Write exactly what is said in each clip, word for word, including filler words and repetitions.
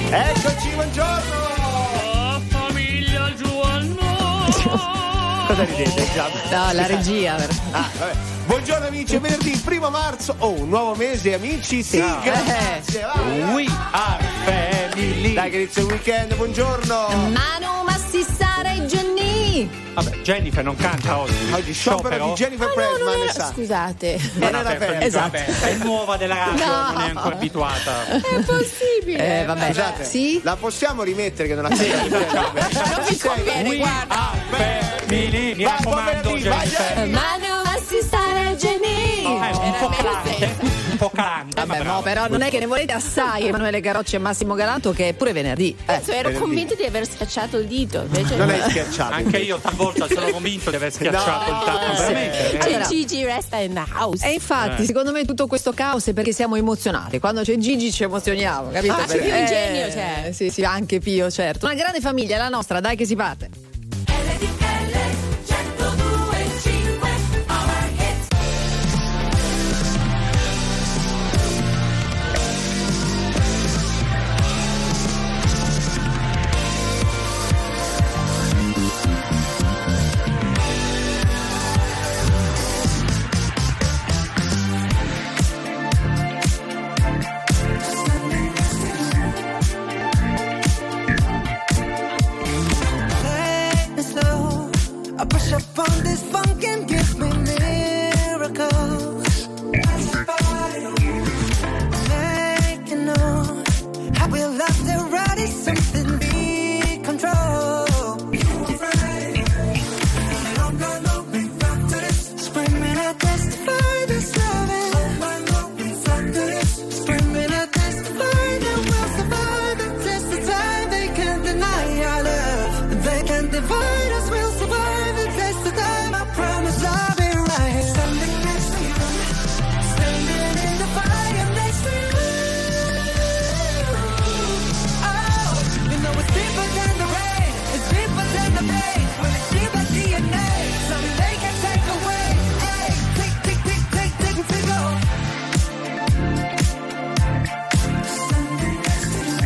Eccoci, buongiorno. Oh, famiglia Giovanna. Cosa ridete? No, la regia. Ah, vabbè. Buongiorno amici, è venerdì primo marzo. Oh, un nuovo mese, amici. Sigla. Grazie. Vai. We are family. Dai che inizia il weekend, buongiorno. Manu Massissara e Gianni. Vabbè, Jennifer non canta oggi. Oggi sciopero di Jennifer Ah, no, Pressman, non ne era- sa. Scusate. Non era Vabbè, fermo. Esatto. vabbè, è nuova della radio, No. non è ancora abituata. È possibile. Eh, vabbè. Scusate, Sì? la possiamo rimettere che non la sento? Non mi conviene, We guarda. are family. Mi Vai, raccomando, buon venerdì, vai, Jennifer. Manu Massissara e Gianni. Eh, un po' calante, un po' calante. Vabbè, ma no, bravo. però non è che ne volete assai Emanuele Carrocci e Massimo Galanto, che è pure venerdì. Eh. Penso, ero venerdì. convinta di aver schiacciato il dito. Invece Non hai schiacciato. Anche io talvolta sono convinto di aver schiacciato No, il tappo. sì. Veramente. Allora- Allora, Gigi resta in the house. E infatti, Eh. secondo me tutto questo caos è perché siamo emozionati. Quando c'è Gigi ci emozioniamo, capito? Ah, c'è Perché- Pio Ingenio, cioè. Sì, sì, anche Pio, certo. Una grande famiglia, la nostra, dai che si parte. Slow. I push up on this funk and give me miracles. Making know how we love the ride is something we control. Screaming, I testify this loving. Screaming, I testify that we'll survive the test of time. They can't deny our love. They can't divide us. We'll survive the test of time. I promise I'll be right. Standing next to you, standing in the fire next to you. Oh, you know it's deeper than the rain. It's deeper than the pain. When it's deep like D N A, something they can take away. Hey, tick, tick, tick, tick, tick, tick, off. Standing next to you.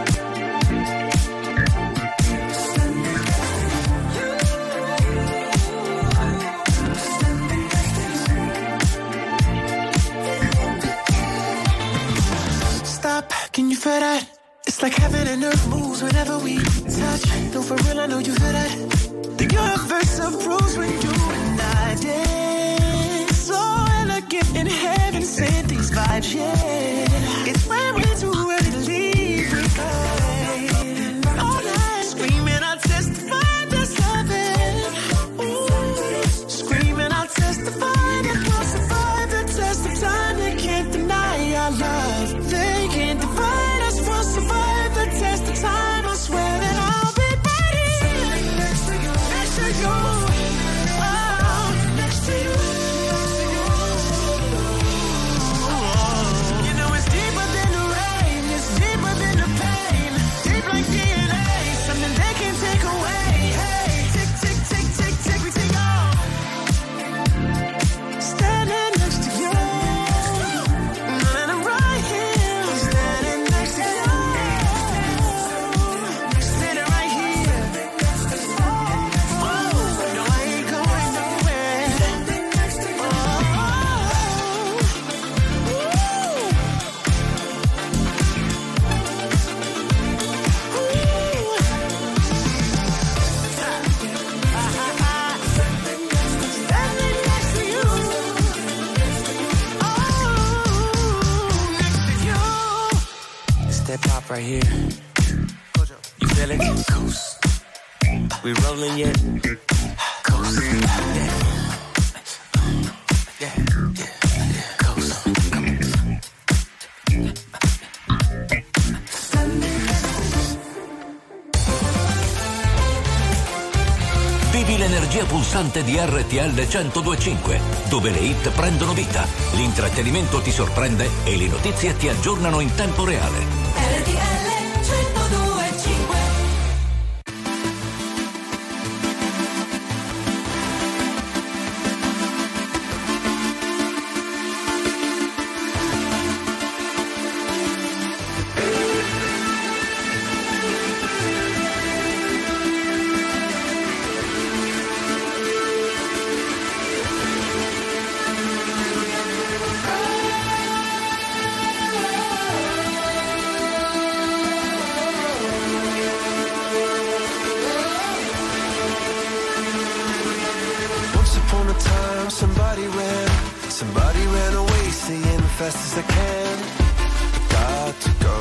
Stop, can you feel that? It's like heaven and earth moves whenever we touch. No, for real, I know you feel that. The universe approves when you and I dance. So elegant in heaven, sent these vibes, yeah. It's when we're too early to leave, we go all night. Screaming, I'll testify this loving. Ooh, screaming, I'll testify that we'll survive the test of time. They can't deny our love. They can't divide us. We'll survive the test of time. I swear that I'll be right here next to you, next to you. Oh, next to you. You know it's deeper than the rain. It's deeper than the pain. Deep like D N A. Something they can't take away. Hey, tick, tick, tick, tick, tick, we take off. Standing next to you. And I'm right here. Standing next to you. Standing right here. Oh, no, I ain't going nowhere. Oh, standing next to you. Oh, next to you. It's that pop right here. You feel it? Coast. We rolling yet? Coast. Yeah. Yeah. Yeah. Coast. Vivi l'energia pulsante di R T L centodue e cinque, dove le hit prendono vita, l'intrattenimento ti sorprende e le notizie ti aggiornano in tempo reale. R T L centodue e cinque. fast as I can. I got to go.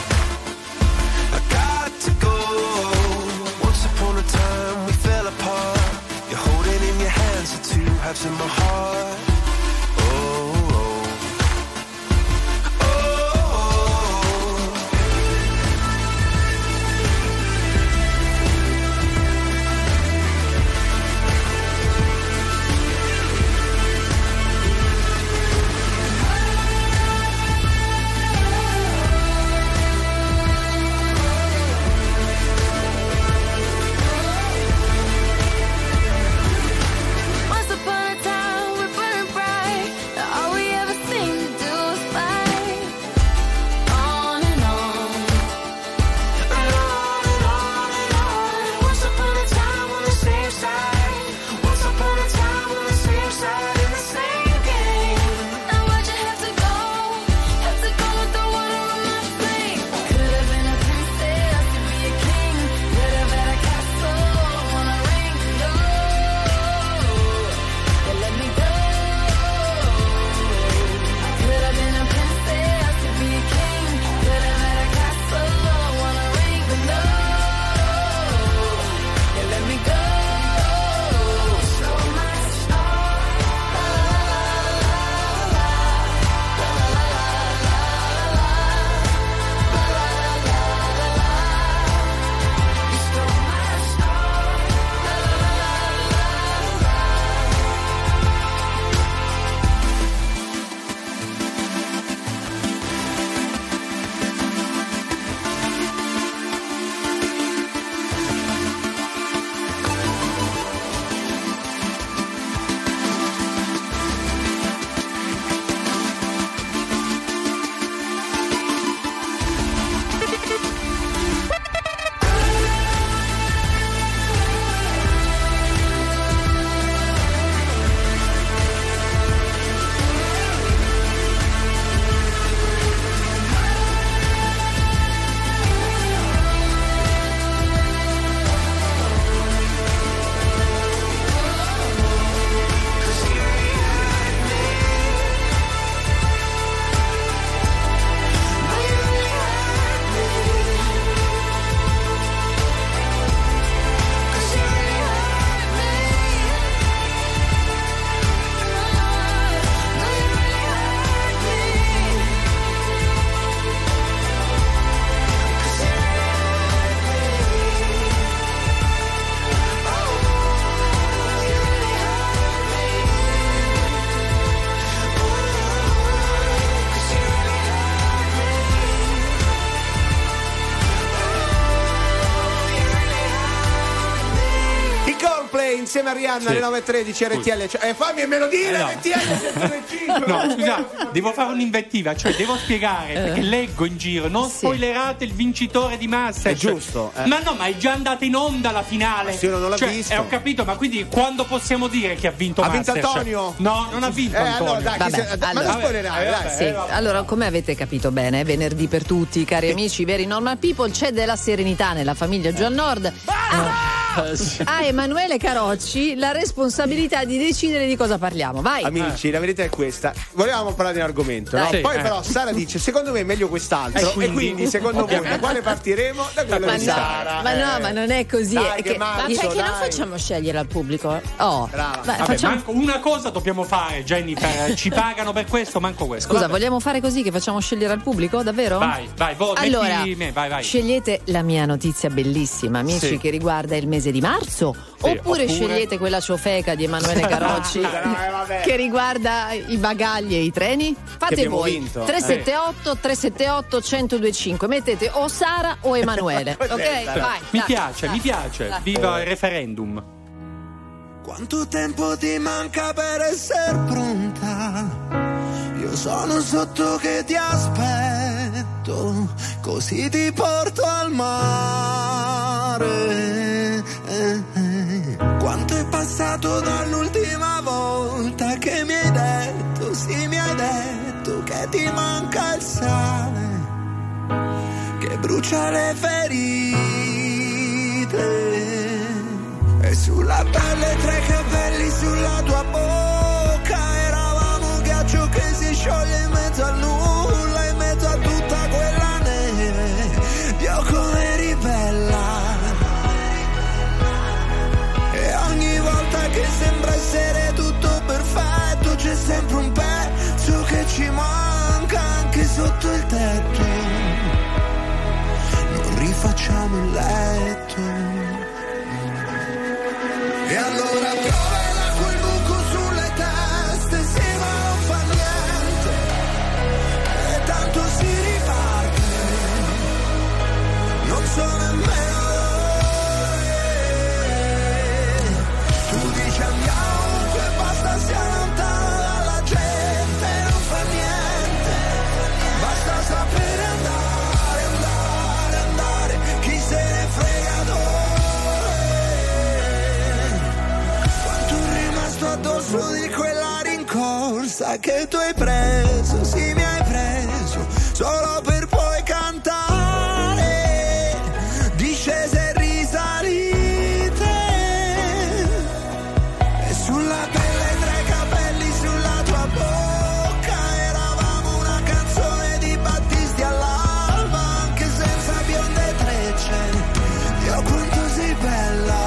I got to go. Once upon a time we fell apart. You're holding in your hands the two halves of my heart. Insieme a Rihanna sì. alle nove e tredici R T L, cioè, eh, fammi me lo dire, eh no. R T L centodue e cinque. No, scusa, devo fare un'invettiva, cioè devo spiegare eh. perché leggo in giro, non sì. spoilerate il vincitore di Massa. È cioè, giusto. Eh. Ma no, ma è già andata in onda la finale. Sì, io non l'ho cioè, visto. Eh, ho capito, ma quindi quando possiamo dire che ha vinto Massa? Ha vinto Antonio? No, non ha vinto eh, Antonio. Allora, dai, vabbè, se, allora, ma non spoilerare, eh, dai. Sì. Eh, allora, come avete capito bene, è venerdì per tutti, cari amici, veri normal people, c'è della serenità nella famiglia Giuan Nord. Ah! A Emanuele Carocci la responsabilità di decidere di cosa parliamo. Vai. Amici, eh. la verità è questa. Volevamo parlare di un argomento, no? Sì, Poi eh. però Sara dice secondo me è meglio quest'altro. E quindi, e quindi secondo voi da quale partiremo? Da quello ma di no, Sara. Ma no, ma non è così. Dai, è che che, marzo, ma perché dai. non facciamo scegliere al pubblico? Oh, Brava. ma Vabbè, facciamo... manco una cosa dobbiamo fare, Jennifer. Ci pagano per questo, manco questo. Scusa, Vabbè. vogliamo fare così che facciamo scegliere al pubblico? Davvero? Vai, vai, vo- allora, metti me, vai, vai. Scegliete la mia notizia bellissima, amici, Sì. che riguarda il mese di marzo. Sì, oppure, oppure scegliete quella ciofeca di Emanuele Carocci che riguarda i bagagli e i treni. Fate voi. Vinto. tre sette otto tre sette otto uno zero due cinque. Mettete o Sara o Emanuele. Ok? Vai. Mi dai, piace, dai, mi piace. dai. Viva il referendum. Quanto tempo ti manca per essere pronta? Io sono sotto che ti aspetto, così ti porto al mare. Eh, eh. Quanto è passato dall'ultima volta che mi hai detto, sì mi hai detto che ti manca il sale, che brucia le ferite. E sulla pelle tre capelli sulla tua bocca, eravamo ghiaccio che si scioglie in mezzo al nulla, in mezzo a tutta quella neve. Io come ribella, e ogni volta che sembra essere tutto perfetto c'è sempre un pezzo che ci manca anche sotto il tetto. Non rifacciamo il letto e allora piove l'acqua, il buco sulle teste, sì ma non fa niente, e tanto si riparte, non so nemmeno dove. Tu dici andiamo ovunque, basta sia lontano dalla gente, non fa niente, basta sapere andare, andare, andare, chi se ne frega dove. Quanto è rimasto addosso di quella rincorsa che tu hai preso, sì mi hai preso, solo per poi cantare discese e risalite, e sulla pelle tra i capelli, sulla tua bocca eravamo una canzone di Battisti all'alba, anche senza bionde e trecce. Dio quanto sei bella.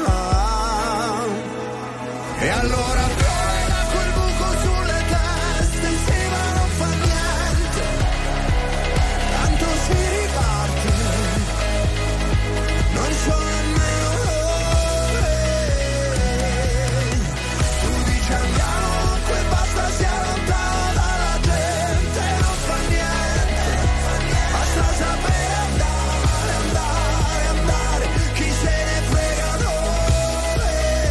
E allora piove da quel buco sulle teste, sì ma non fa niente, tanto si riparte, non so nemmeno dove. Tu dici andiamo ovunque, basta sia lontano dalla gente, non fa niente, basta sapere andare, andare, andare, chi se ne frega dove.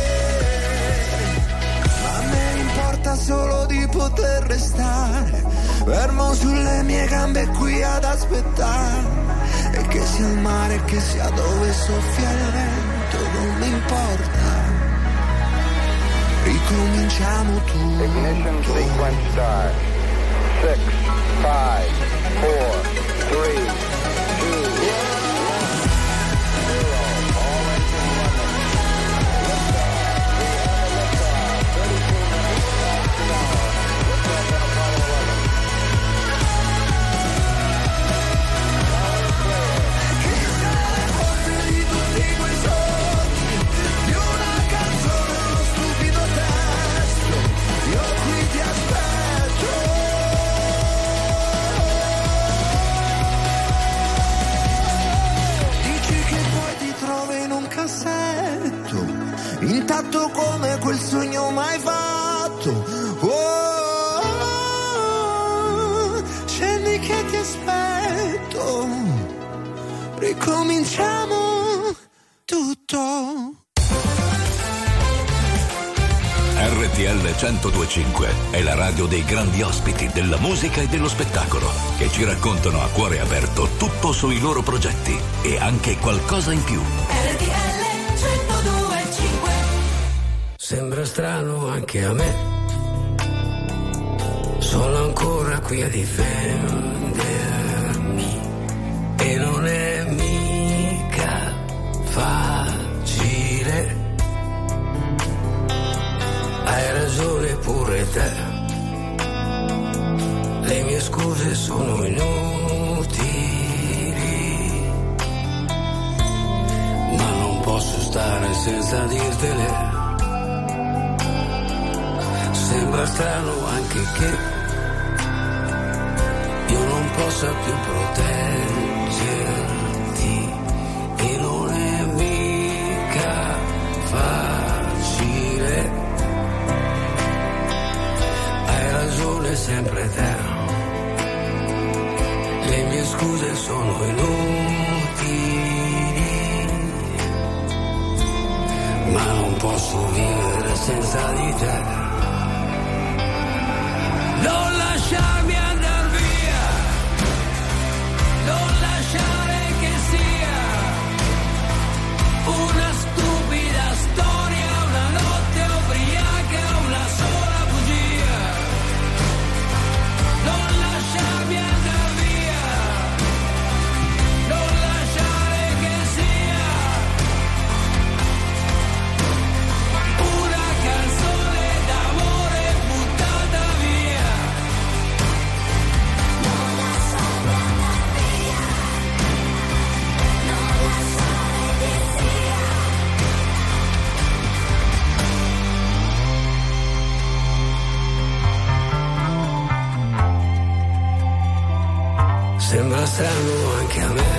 Ma a me importa solo di poter restare fermo sulle mie gambe qui ad aspettare, e che sia il mare, che sia dove soffia il vento, non mi importa, ricominciamo tutto. Ignition sequence start. Six, five, four, three, two, one. Intatto come quel sogno mai fatto. Oh, oh, oh, scendi che ti aspetto, ricominciamo tutto. R T L centodue e cinque è la radio dei grandi ospiti della musica e dello spettacolo, che ci raccontano a cuore aperto tutto sui loro progetti e anche qualcosa in più. R T L centodue e cinque. Sembra strano anche a me, sono ancora qui a difendermi e non è mica facile. Hai ragione pure te, le mie scuse sono inutili, ma non posso stare senza dirtele. Sembra strano anche che io non possa più proteggerti e non è mica facile. Hai ragione sempre te, le mie scuse sono inutili, ma non posso vivere senza di te. Non lasciarmi andar via, non lasciare che sia una stupida storia, una notte ubriaca, una sola bugia. Non lasciarmi andar via, non lasciare che sia una canzone d'amore buttata via. Sembra strano anche a me,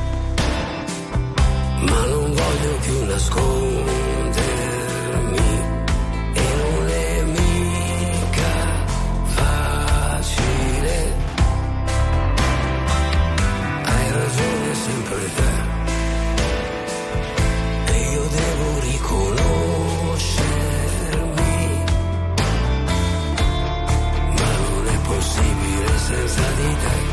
ma non voglio più nascondermi, e non è mica facile. Hai ragione sempre te, e io devo riconoscermi, ma non è possibile senza di te.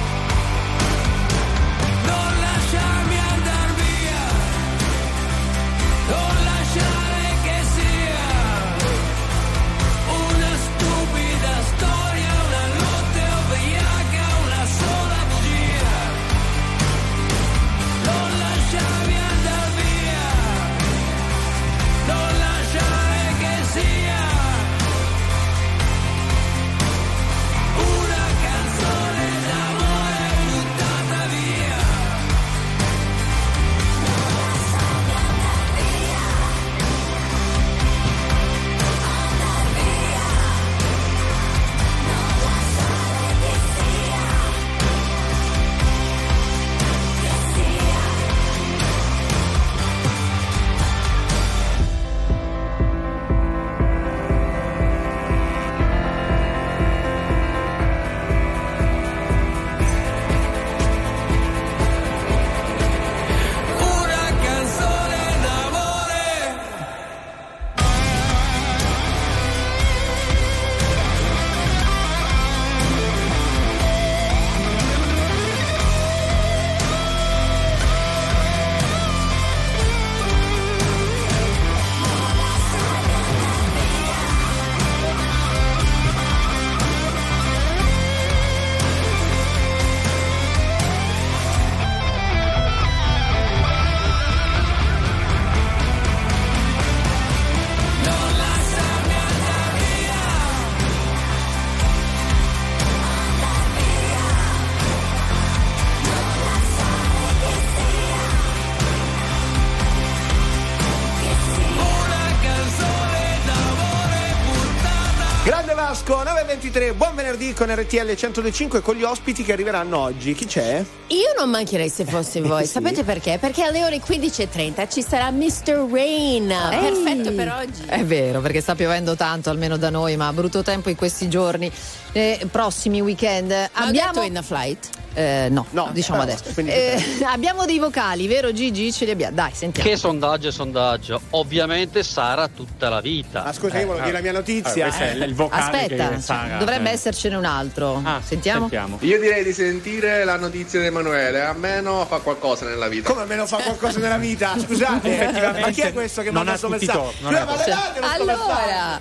nove e ventitré, buon venerdì con R T L centodue e cinque con gli ospiti che arriveranno oggi. Chi c'è? Io non mancherei se fossi voi. Sì. Sapete perché? Perché alle ore quindici e trenta ci sarà mister Rain. Ehi. Perfetto per oggi. È vero, perché sta piovendo tanto, almeno da noi, ma brutto tempo in questi giorni. Eh, prossimi weekend Ma abbiamo ho detto in a flight? Eh, no, No, diciamo però, adesso. quindi- Eh, abbiamo dei vocali, vero Gigi? Ce li abbiamo. Dai, sentiamo. Che sondaggio è sondaggio? Ovviamente Sara tutta la vita. Ah, scusa, io volevo dire la mia notizia. questo è eh. il vocale Aspetta, che Sara, dovrebbe eh. essercene un altro. Ah, Sentiamo. sentiamo. Io direi di sentire la notizia di Emanuele, almeno fa qualcosa nella vita. Come almeno fa qualcosa nella vita? Scusate, Effettivamente ma chi è questo che non manda ha sto tutti i messaggio? torti, non Cioè, è ma così. date lo sto messaggio. Allora,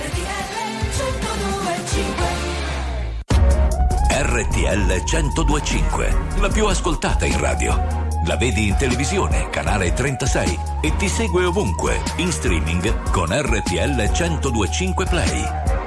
R T L centodue e cinque, la più ascoltata in radio. La vedi in televisione, canale trentasei, e ti segue ovunque, in streaming con R T L centodue e cinque Play.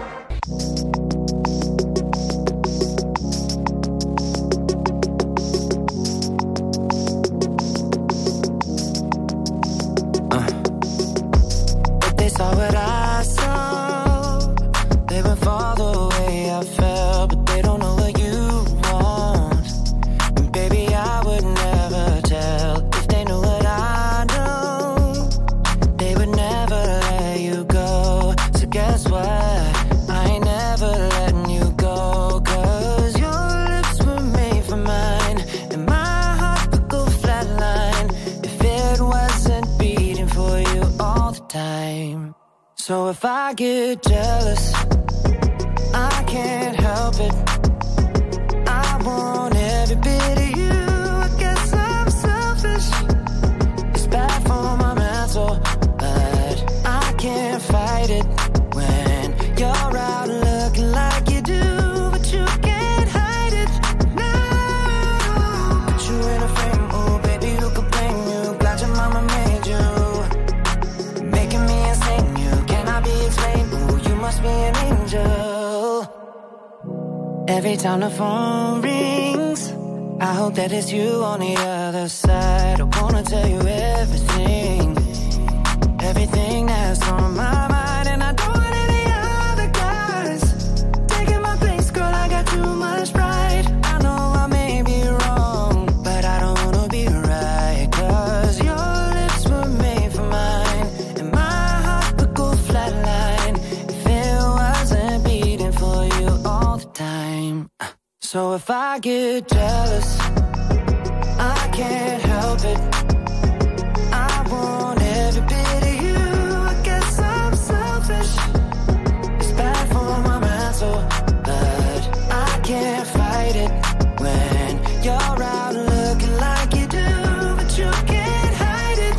They saw what I saw. They went far the way I felt, but they don't know what you want. And baby, I would never tell if they knew what I know. They would never let you go. So guess what? I ain't never letting you go. 'Cause your lips were made for mine, and my heart would go flatline if it wasn't beating for you all the time. So if I get jealous, I can't help it. I want every bit of you. I guess I'm selfish. It's bad for my mental, but I can't fight it when you're out looking like you do, but you can't hide it. No, put you in a frame, oh baby, who could blame you? Glad your mama made you, making me insane. You cannot be explained. Oh, you must be an angel. Every time the phone rings, I hope that it's you on the other side. I wanna tell you everything, everything that's on my mind, and I don't want any other guys taking my place, girl. I got too much pride. I know I may I get jealous, I can't help it. I want every bit of you. I guess I'm selfish. It's bad for my mental, but I can't fight it when you're out looking like you do, but you can't hide it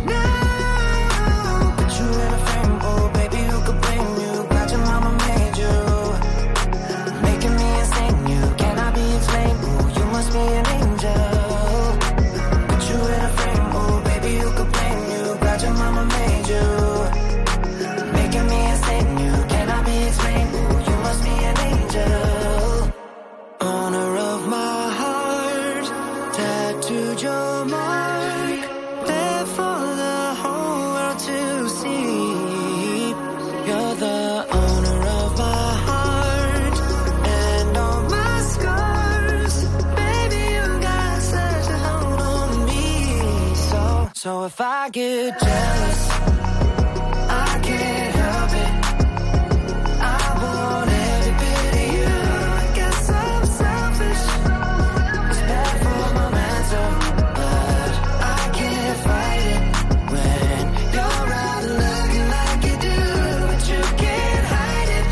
now. Put you in a frame, oh baby, who could blame you? Glad your mama made you, making me insane. You cannot be explained. Ooh, you must be an angel. Put you in a frame, oh baby, who could blame you? Glad your mama made you, making me insane. You cannot be explained. Ooh, you must be an angel. Owner of my heart, tattooed your mark, there for the whole world to see. You're the owner of my heart and all my scars. Baby, you got such a hold on me. So, so if I get jealous, I can't help it. I want every bit of you. I guess I'm selfish. It's bad for my mental, but I can't fight it when you're out looking like you do, but you can't hide it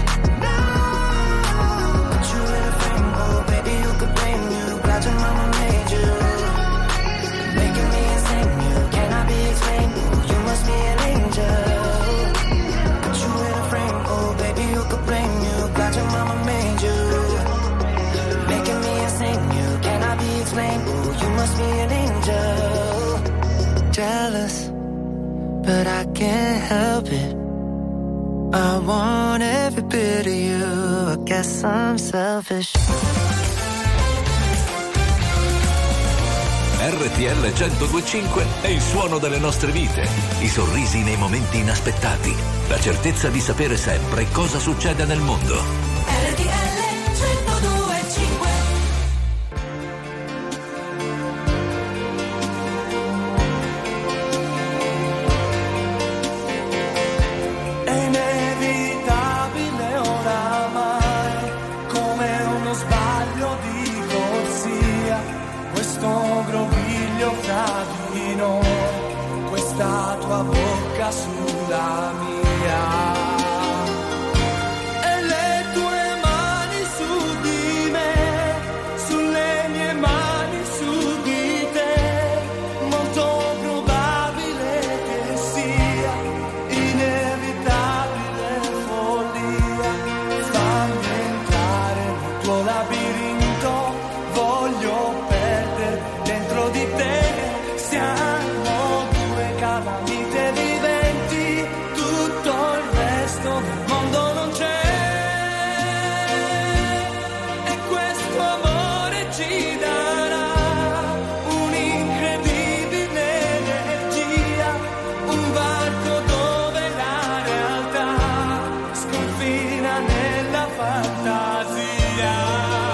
now. Put you in a frame, oh baby, who could blame you? Glad your mama made you, making me insane. You cannot be explained. Ooh, you must be an angel. Put you in a frame, oh baby, who could blame you? Glad your mama made you, making me insane. You cannot be explained. Ooh, you must be an angel. Jealous, but I can't help it. I want every bit of you. I guess I'm selfish. R T L centodue e cinque è il suono delle nostre vite, i sorrisi nei momenti inaspettati, la certezza di sapere sempre cosa succede nel mondo. R T L centodue e cinque. È inevitabile oramai, come uno sbaglio di corsia, questo groviglio fra di noi, questa tua bocca sulla mia. E le tue mani su di me, sulle mie mani su di te, molto probabile che sia inevitabile follia. Fammi entrare nel tuo labirinto, voglio perdere dentro di te. Siamo due calamite viventi, tutto il resto del mondo non c'è. E questo amore ci darà un'incredibile energia, un varco dove la realtà sconfina nella fantasia.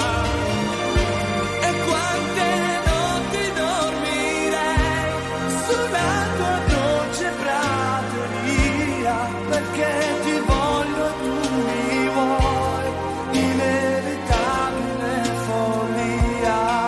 E quante notti dormirei sulla tua dolce prateria, perché ti voglio e tu mi vuoi, inevitabile follia.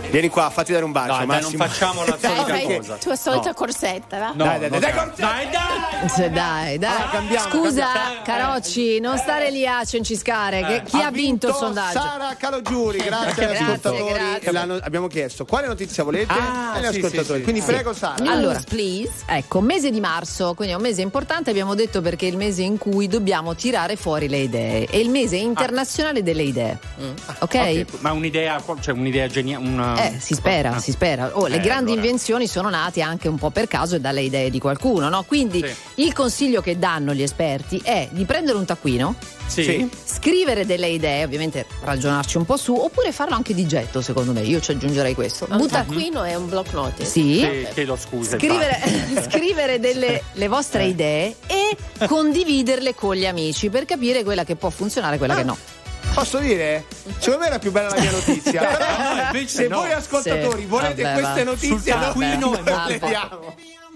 Vieni qua, fatti dare un bacio. Dai, dai, non Massimo. facciamo la Dai, solita fai cosa. tua solita No. corsetta, va? No, Dai, dai, non dai, cambia. dai, dai, Se dai, dai. Allora, cambiamo, Scusa, cambiamo. Carocci, non stare lì a cenciscare. Che, chi ha vinto il sondaggio? Sara Calogiuri, grazie agli Grazie, ascoltatori. grazie. L'hanno- abbiamo chiesto quale notizia volete Ah, agli sì, ascoltatori. sì, sì. Quindi Sì. prego Sara. Allora, News, please. ecco, mese di marzo, quindi è un mese importante, abbiamo detto perché è il mese in cui dobbiamo tirare fuori le idee. È il mese internazionale delle idee. Ok? Ok, ma un'idea, cioè un'idea geniale. Una... Eh, si spera, Ah. si spera. Oh, le Eh, grandi allora. invenzioni sono nate anche un po' per caso e dalle idee di qualcuno, no? Quindi Sì. il consiglio che danno gli esperti è di prendere un taccuino, Sì. Sì. scrivere delle idee, ovviamente ragionarci un po' su, oppure farlo anche di getto, secondo me. Io ci aggiungerei questo. Un Butta- taccuino è un block notice. Sì. Sì, chiedo scusa. Scrivere, infatti. scrivere delle le vostre idee e condividerle con gli amici per capire quella che può funzionare e quella che no. Posso dire? Secondo me era più bella la mia notizia. Però, no, invece se no. voi ascoltatori Sì. volete Vabbè, queste va. notizie, Sul noi taccuino non e le vabbè. vediamo.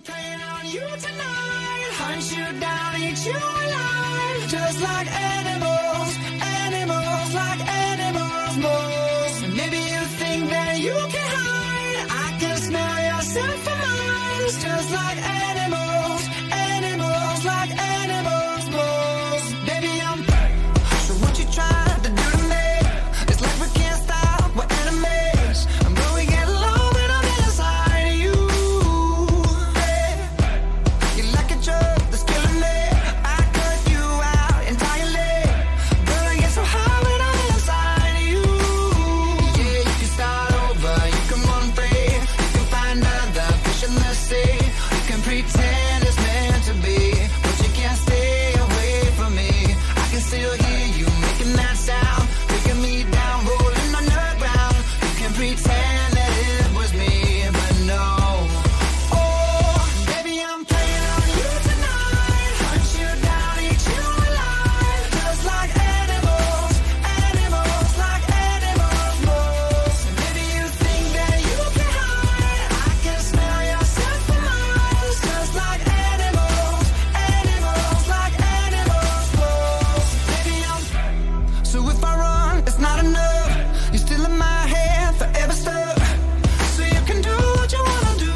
Just like animals, animals, like animals, moles. Maybe you think that you can hide. I can smell yourself from miles. Just like animals, animals, like animals, moles. Baby, I'm so what you trying to do to me? It's like we can't stop, we're enemies. But we get along when I'm inside of you. Hey, you're like a drug that's killing me. I cut you out entirely. But I get so high when I'm inside of you. Yeah, you can start over, you can run free. You can find other fish in the sea. You can pretend it's meant to be, but you can't stay away from me. I can still hear you making that sound, taking me down, rolling on the ground. You can pretend that it was me, but no. Oh, baby, I'm playing on you tonight. Hunt you down, eat you alive. Just like animals, animals, like animals, moles. Maybe you think that you can hide. I can smell yourself from miles. Just like animals, animals, like animals, moles. Baby, I'm so if I run, it's not enough. You're still in my head, forever stuck. So you can do what you wanna do.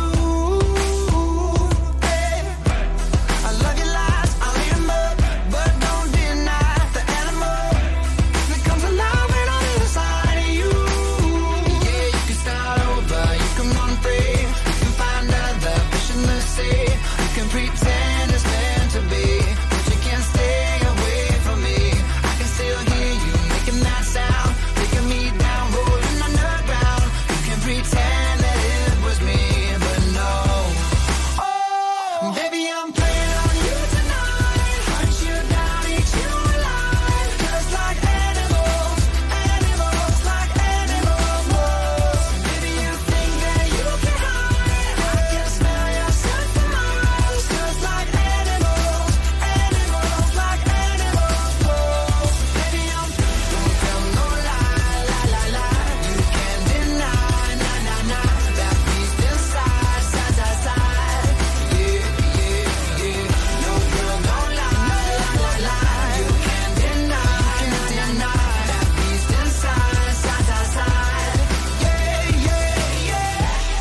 Hey, I love your lies, I'll eat 'em up, but don't deny the animal that comes alive when I'm inside of you. Yeah, you can start over, you can run free, you can find other fish in the sea. You can pretend it's meant to be, but you can't stay away from me. I can still hear you making that sound, taking me down, rolling on the ground. You can pretend that it was me, but no. Oh, baby, I'm playing on you tonight. Hunt you down, eat you alive. Just like animals, animals, like animals, moles. Maybe you think that you can hide. I can smell yourself from miles. Just like animals, animals, like animals, moles. Baby, I'm don't tell no lie, la la la. You can't deny, na na na. That beast inside, side side side. Yeah, yeah, yeah. No girl, don't lie, la la la. You can't deny, can't deny. That beast inside, side side side. Yeah, yeah, yeah.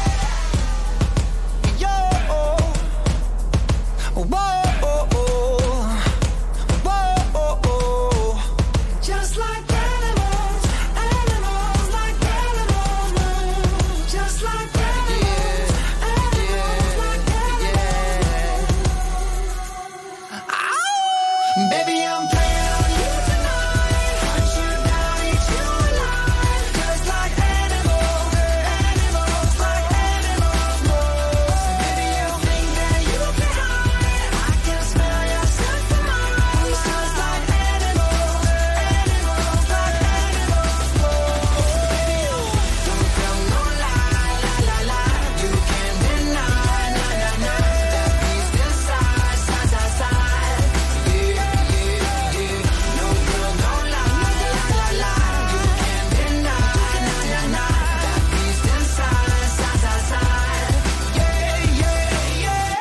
Yo, whoa, whoa, whoa. Just like animals, animals, like animals. Just like animals, animals, like animals. Ow! Baby, I'm playing on you tonight. Hunt you down, eat you alive. Just like animals, animals, like animals, moles. Baby, you think that you can hide. I can smell yourself from miles. Just like animals, animals, like animals, moles. Baby, you don't tell no lie, la la la. You can't deny, na na na. That beast inside, side side side. Yeah, yeah, yeah. No girl, don't lie, la la la. You can't deny, na na na. That beast inside, side side side. Yeah, yeah,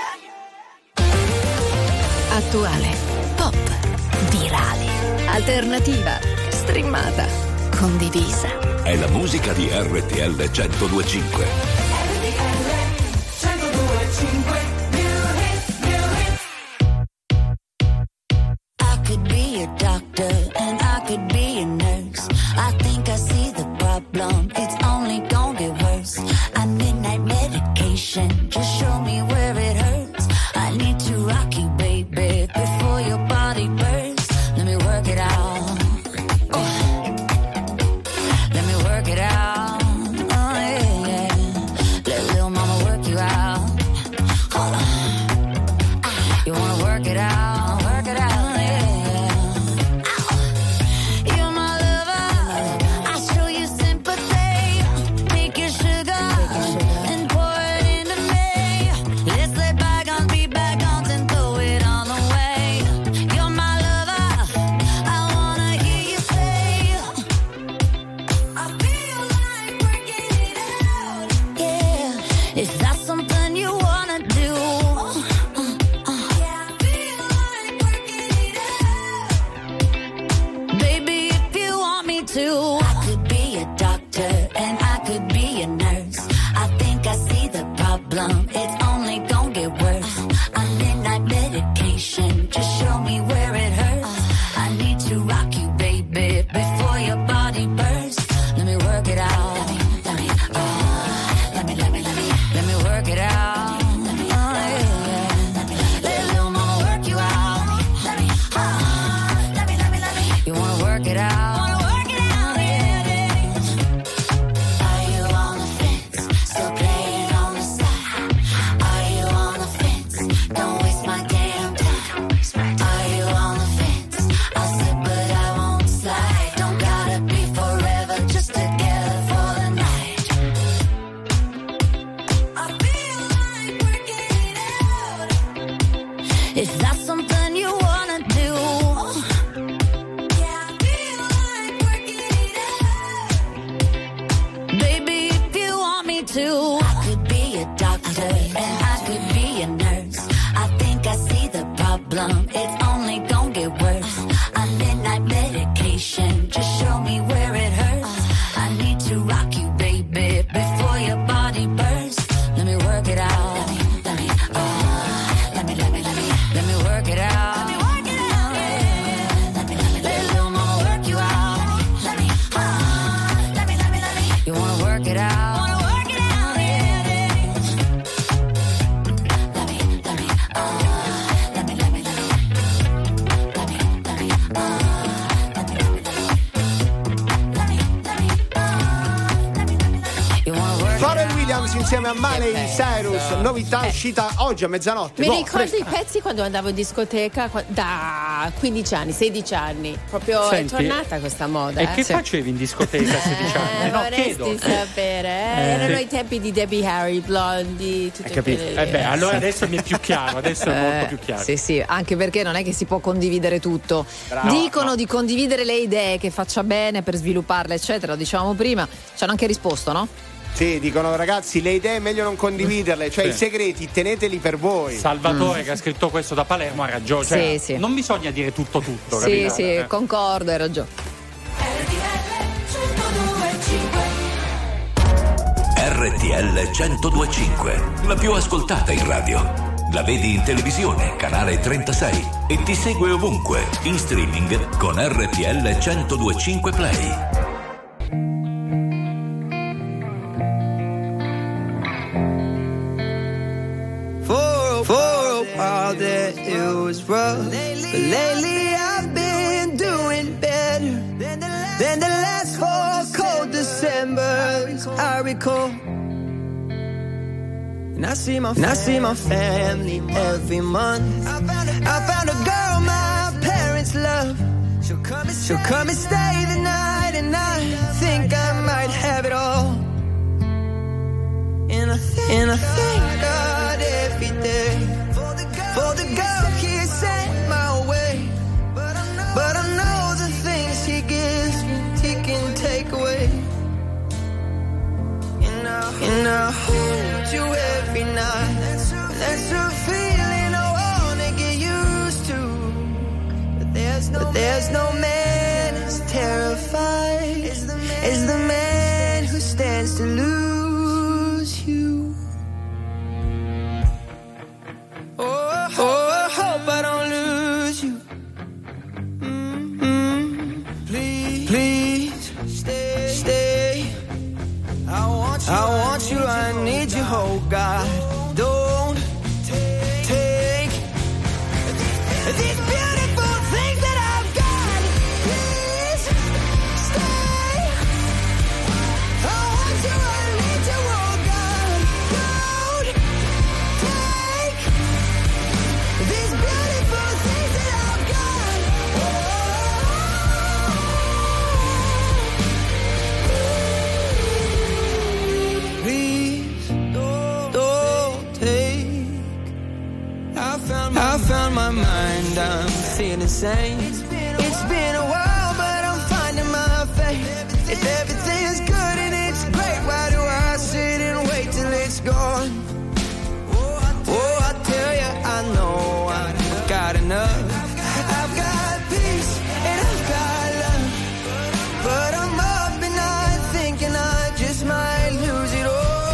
yeah. Attuale, pop, virale, alternativa, streamata, condivisa. è la musica di R T L centodue e cinque. R T L centodue e cinque. I could be a doctor and I could be a nurse. I think I see the problem, it's only gonna get worse. I midnight medication, just show me where it hurts. I need to rock you, baby, before your body bursts. Let me work it out. Oh. Let me work it out. Oh yeah, yeah. Let little mama work you out. Hold on. Ah, you wanna work it out? Work it out. It's only gonna get worse. I midnight medication, just show me where it hurts. I need to rock you, baby, before your body bursts. Let me work it out. Let me, let me, oh, let me, let me, let me, let me work it out. Let me, oh, yeah, yeah. Let me, let little mama work you out. Let me, oh, let me, let me, let me. You wanna work it out? It's only gonna get worse. I midnight medication, just show me where it hurts. I need to rock you, baby, before your body bursts. Let me work it out. Let me, let me, oh, let me, let me, let me, let me work it out. Let me work it out. Yeah. Let me, let me, let little mama work you out. Let me, oh, let me, let me, let me. You wanna work it out? Insieme a Miley Cyrus, novità eh. uscita oggi a mezzanotte. Mi boh, ricordo fresca. i pezzi quando andavo in discoteca da quindici anni, sedici anni. Proprio Senti, è tornata questa moda. E eh? che sì. facevi in discoteca a sedici anni? Eh, No, vorresti chiedo. sapere, eh? Eh, erano sì. i tempi di Debbie Harry, Blondie, tutte Capito? quelle Eh lì. beh, allora adesso mi è più chiaro, adesso è molto Eh, più chiaro. Sì, sì, anche perché non è che si può condividere tutto. Bravo, Dicono no. di condividere le idee che faccia bene per svilupparle, eccetera. Lo dicevamo prima, ci hanno anche risposto, no? Sì, dicono ragazzi, le idee è meglio non condividerle, cioè Sì. i segreti teneteli per voi. Salvatore che ha scritto questo da Palermo ha ragione, cioè, Sì, sì. non bisogna dire tutto tutto, Sì, capito? sì, Eh. concordo, hai ragione. R T L centodue e cinque, la più ascoltata in radio. La vedi in televisione, canale trentasei, e ti segue ovunque, in streaming con R T L centodue e cinque Play. For, for a while there it was rough, but lately I've been doing better than the last four cold Decembers I recall. And I see my, and I see my family every month. I found, a, I found a girl my parents love. She'll come and stay, She'll come and stay the night, and I think I might have it all. And I, th- and I thank God every day for the girl, for the girl He sent my way. But I know, but I know the things He gives me, He can take away. And I, and I hold you every night. That's a feeling I wanna get used to. But there's no, but there's no man as terrified as the man. As the man oh God, don't take these beautiful things that I've got. Please stay. I want you, I need you, oh God. Don't take these beautiful things that I've got. Please don't take. I found, I found my mind, I'm feeling sane. It's been, it's been a while, but I'm finding my faith. If everything is good and it's great, why do I sit and wait till it's gone? Oh, I tell you, I know I've got enough. I've got peace and I've got love, but I'm up and I'm thinking I just might lose it all.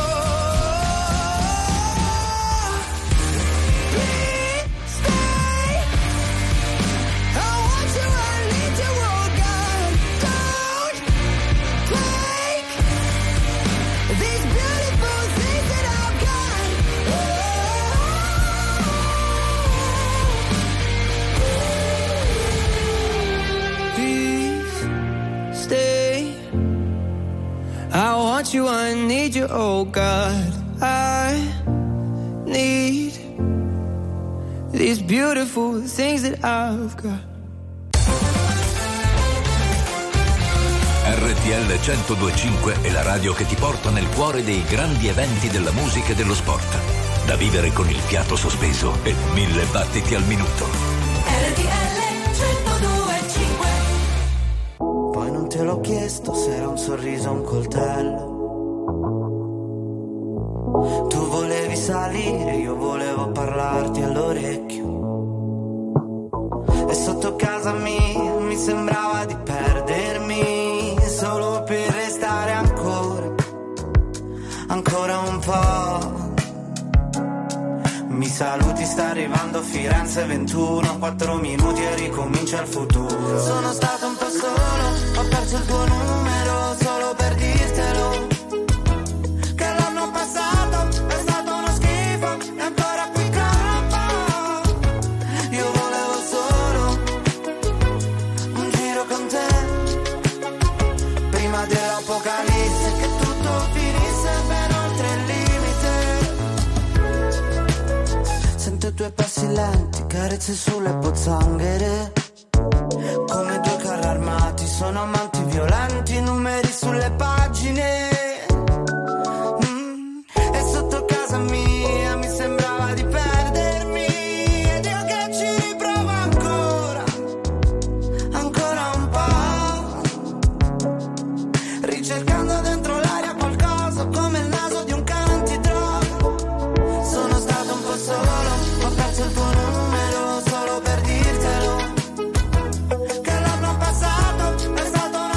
Please stay. I want you, I need you, oh God. Don't take these beautiful things that I've got. Please stay. I want you, I need you, oh God. I need these beautiful things that I've got. R T L centodue e cinque è la radio che ti porta nel cuore dei grandi eventi della musica e dello sport. Da vivere con il fiato sospeso e mille battiti al minuto. R T L centodue e cinque. Poi non te l'ho chiesto se era un sorriso o un coltello. Tu volevi salire, io volevo parlarti all'orecchio. E sotto casa mia mi sembrava di perdermi, solo per restare ancora, ancora un po'. Mi saluti, sta arrivando Firenze ventuno, quattro minuti e ricomincia il futuro. Sono stato un po' solo, ho perso il tuo numero solo per dirtelo, che l'anno passato è stato uno schifo e ancora qui campo. Io volevo solo un giro con te, prima dell'apocalisse, che tutto finisse ben oltre il limite. Sento i tuoi passi lenti, carezze sulle pozzanghere, come due carri armati, sono amanti violenti, numeri sulle pagine. Mm. E sotto casa mia mi sembrava di perdermi, ed io che ci riprovo ancora, ancora un po', ricercando dentro l'aria qualcosa come il naso di un cane antidroga. Sono stato un po' solo, ho perso il tuo numero solo per dirtelo, che l'anno passato è stato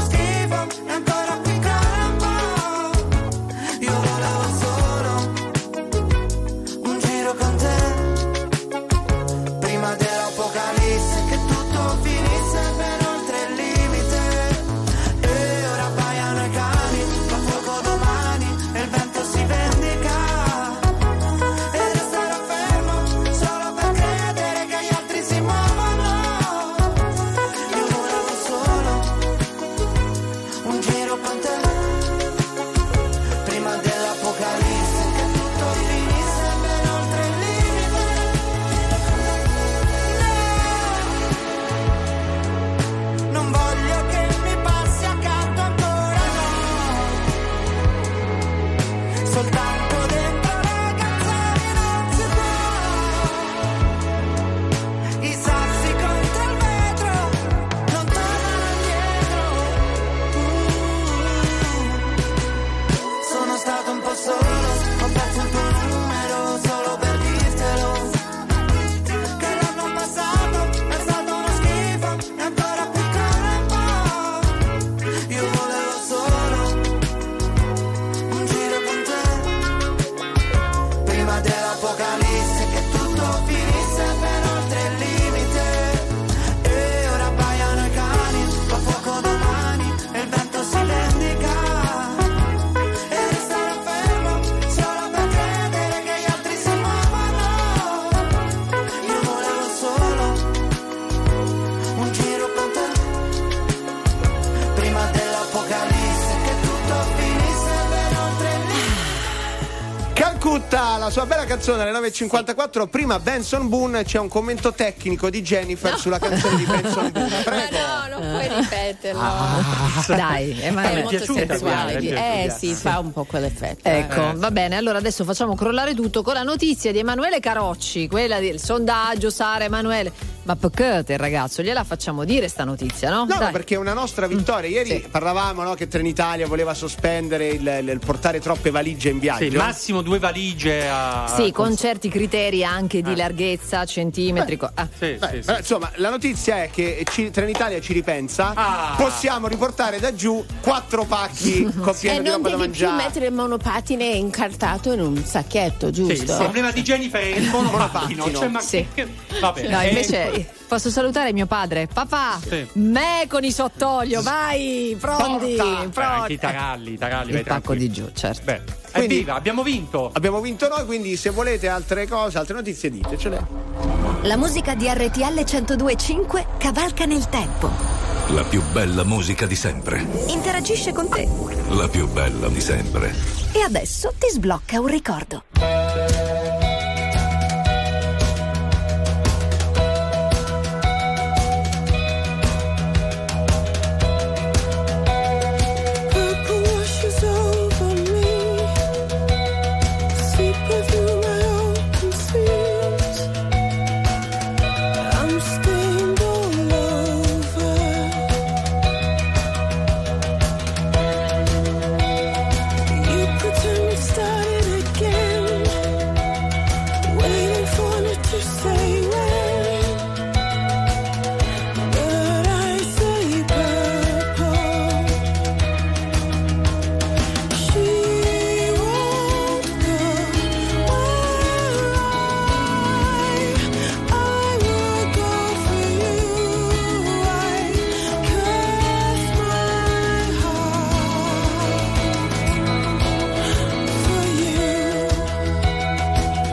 tutta la sua bella canzone alle nove e cinquantaquattro. Prima Benson Boone, c'è un commento tecnico di Jennifer no. sulla canzone di Benson Boone. Prego. Ma no, non puoi ripeterlo. Ah, dai, è, è molto piaciuta, sensuale. è Eh sì, fa un po' quell'effetto. Ecco, Eh. va bene, allora adesso facciamo crollare tutto con la notizia di Emanuele Carocci, quella del sondaggio Sara Emanuele. Ma perché te ragazzo, gliela facciamo dire sta notizia, no? No, Dai. perché è una nostra vittoria. Ieri Sì. parlavamo, no, che Trenitalia voleva sospendere il, il- il portare troppe valigie in viaggio. Sì, massimo due valigie a. Sì, con certi criteri anche di larghezza, centimetri. co- ah. Sì, Beh, sì, sì. però, insomma, la notizia è che ci- Trenitalia ci ripensa. Ah. Possiamo riportare da giù quattro pacchi con E pieno di non roba da devi più mangiare. mettere il monopatine incartato in un sacchetto, giusto? Sì, il problema di Jennifer è il monopattino. Monopattino. Cioè, ma Sì. che- Va bene. No, Eh, invece posso salutare mio padre. Papà, Sì. me con i sottolio, vai, pronti, Porta. beh, pronti. anche i taralli, i taralli, vai Il pacco tranquillo. di giù, certo. Beh, Quindi- evviva, abbiamo vinto. Abbiamo vinto noi, quindi se volete altre cose, altre notizie, ditecele. La musica di R T L centodue e cinque cavalca nel tempo. La più bella musica di sempre. Interagisce con te. La più bella di sempre. E adesso ti sblocca un ricordo. Purple washes over me, seeping through my open sleeves. I'm stained all over. You pretend it started again, waiting for me to say when, but I say purple. She won't go where I, I would go for you. I cast my heart for you.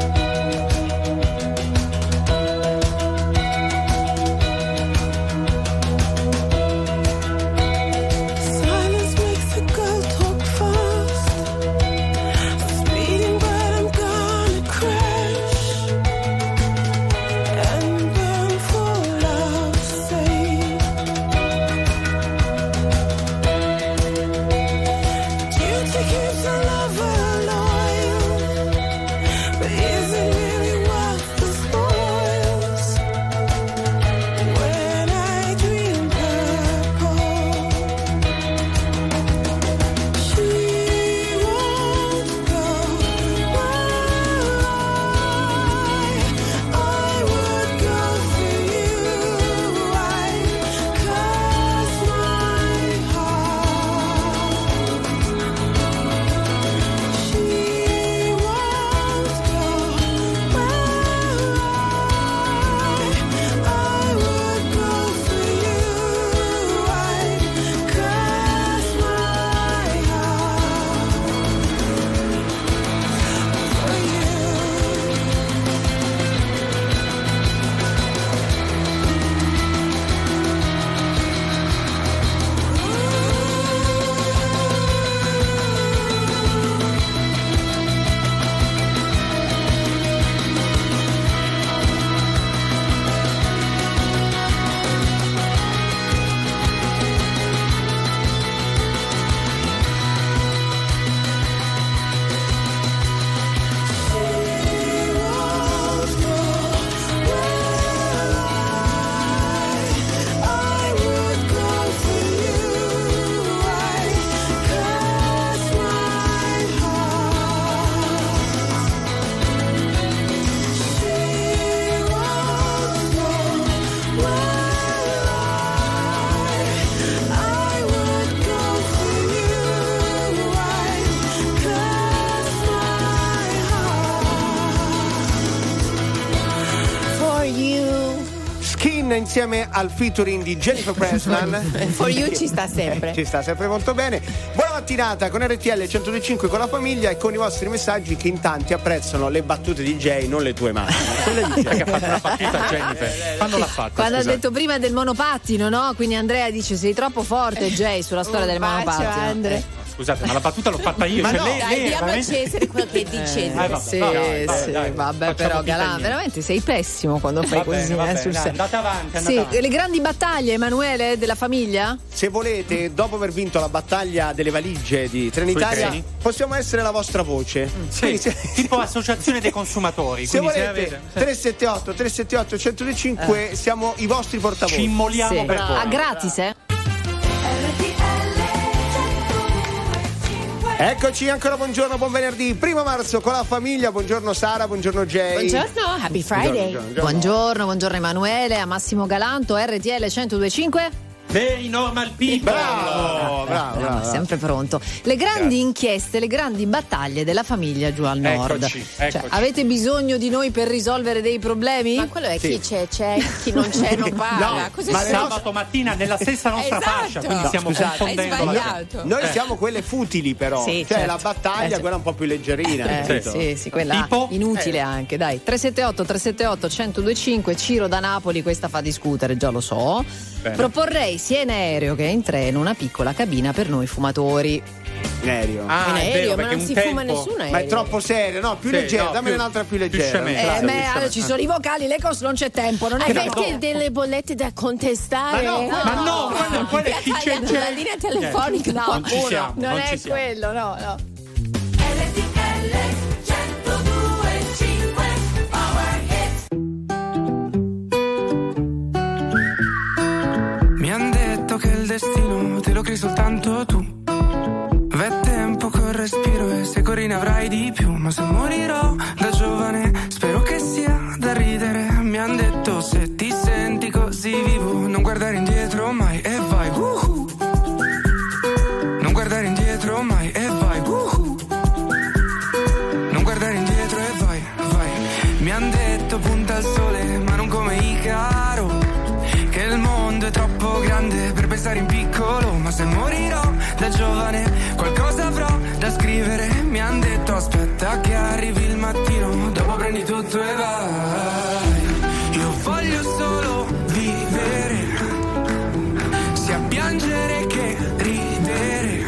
Silence makes the girl talk fast. Speeding, but I'm gonna crash and burn for love's sake. Duty keeps a lover loyal, but is it really worth the spoils? When I dream purple, she won't go where I, I would go for you. I cast my heart. She won't go where I, I would go for you. I cast my For you. Skin insieme al featuring di Jennifer Pressman. For you ci sta sempre. Ci sta sempre molto bene. Buona mattinata con R T L centodue e cinque con la famiglia e con i vostri messaggi che in tanti apprezzano le battute di Jay, non le tue mani. Quelle di Jay. Che ha fatto una battuta Jennifer. Quando l'ha fatta? Quando scusa? ha detto prima del monopattino, no? Quindi Andrea dice sei troppo forte, Jay, sulla storia Un del bacio, monopattino. Andre. Eh. scusate, ma la battuta l'ho fatta io. Ma cioè, no. lei, Dai, lei diamo a veramente... Cesare quello che è di Cesare. Eh, vabbè, sì, dai, dai, sì, dai, vabbè, facciamo però finta Galan, di veramente sei pessimo quando fai Va così. bene, va eh, bene, sul dai, serio. andate avanti, andate Sì, avanti. le grandi battaglie, Emanuele, della famiglia? Se volete, dopo aver vinto la battaglia delle valigie di Trenitalia, treni? possiamo essere la vostra voce. Sì, Quindi se, tipo associazione dei consumatori. se quindi volete, avete- tre sette otto tre sette otto uno zero due cinque siamo i vostri portavoce. Ci immoliamo Sì. per voi. A gratis, eh? Eccoci ancora, buongiorno, buon venerdì, primo marzo con la famiglia. Buongiorno Sara, buongiorno Jay. Buongiorno, happy Friday. Buongiorno, Buongiorno, buongiorno Emanuele, a Massimo Galanto, R T L centodue e cinque. Very normal people. Bravo, bravo, bravo, bravo. Sempre pronto. Le grandi inchieste, le grandi battaglie della famiglia giù al nord. Eccoci, Cioè, eccoci. avete bisogno di noi per risolvere dei problemi? Ma quello è Sì. chi c'è, c'è, chi non c'è non parla. No, Cosa ma c'è? le Sabato mattina nella stessa nostra Esatto. fascia, quindi No, stiamo scusate. Hai confondendo la sbagliato. Noi Eh. siamo quelle futili però, Sì, cioè certo. la battaglia Eh, certo. quella un po' più leggerina, Eh, capito? sì, sì, quella Tipo? inutile Eh. anche, dai. tre sette otto tre sette otto uno zero due cinque, Ciro da Napoli, questa fa discutere, già lo so. Bene. Proporrei sia in aereo che in treno una piccola cabina per noi fumatori. In aereo. Ah, In è aereo, vero, ma perché non un si tempo... fuma nessuno aereo. Ma è troppo serio, no, più Sì, leggera, no, dammi più- un'altra più più leggera. sciametta. Eh, Bravo, beh, bravo. allora, ci sono i vocali, le cose non c'è tempo, non è che Avete delle bollette da contestare? Ma no, ma no, quello- quello è chi c'è- tagliato la linea telefonica. No, Non ci uno, siamo, non, non è ci siamo. quello, no, no. R T L centodue e cinque Power Hits. Mi han detto che il destino te lo crei soltanto tu. V'è tempo col respiro e se corri ne avrai di più. Ma se morirò da giovane spero che sia da ridere. Mi han detto se ti senti così vivo non guardare indietro mai e vai uhu. Non guardare indietro mai e vai uhu. Non guardare indietro e vai, vai. Mi han detto punta al sole ma non come Icaro, che il mondo è troppo grande per pensare in piccolo. Ma se morirò da giovane qualcosa avrò da scrivere. Mi han detto aspetta che arrivi il mattino, dopo prendi tutto e vai. Io voglio solo vivere, sia piangere che ridere.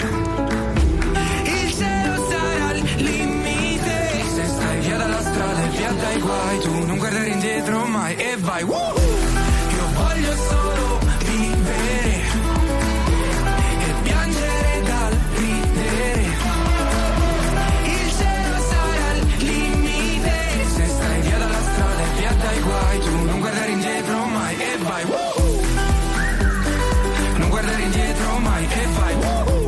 Il cielo sarà il limite, se stai via dalla strada e via dai guai. Tu non guardare indietro mai e vai. Woo! Io voglio solo vivere e piangere dal ridere. Il cielo sarà il limite, se stai via dalla strada e via dai guai. Tu non guardare indietro mai e vai. Woo! Non guardare indietro mai e vai. Woo!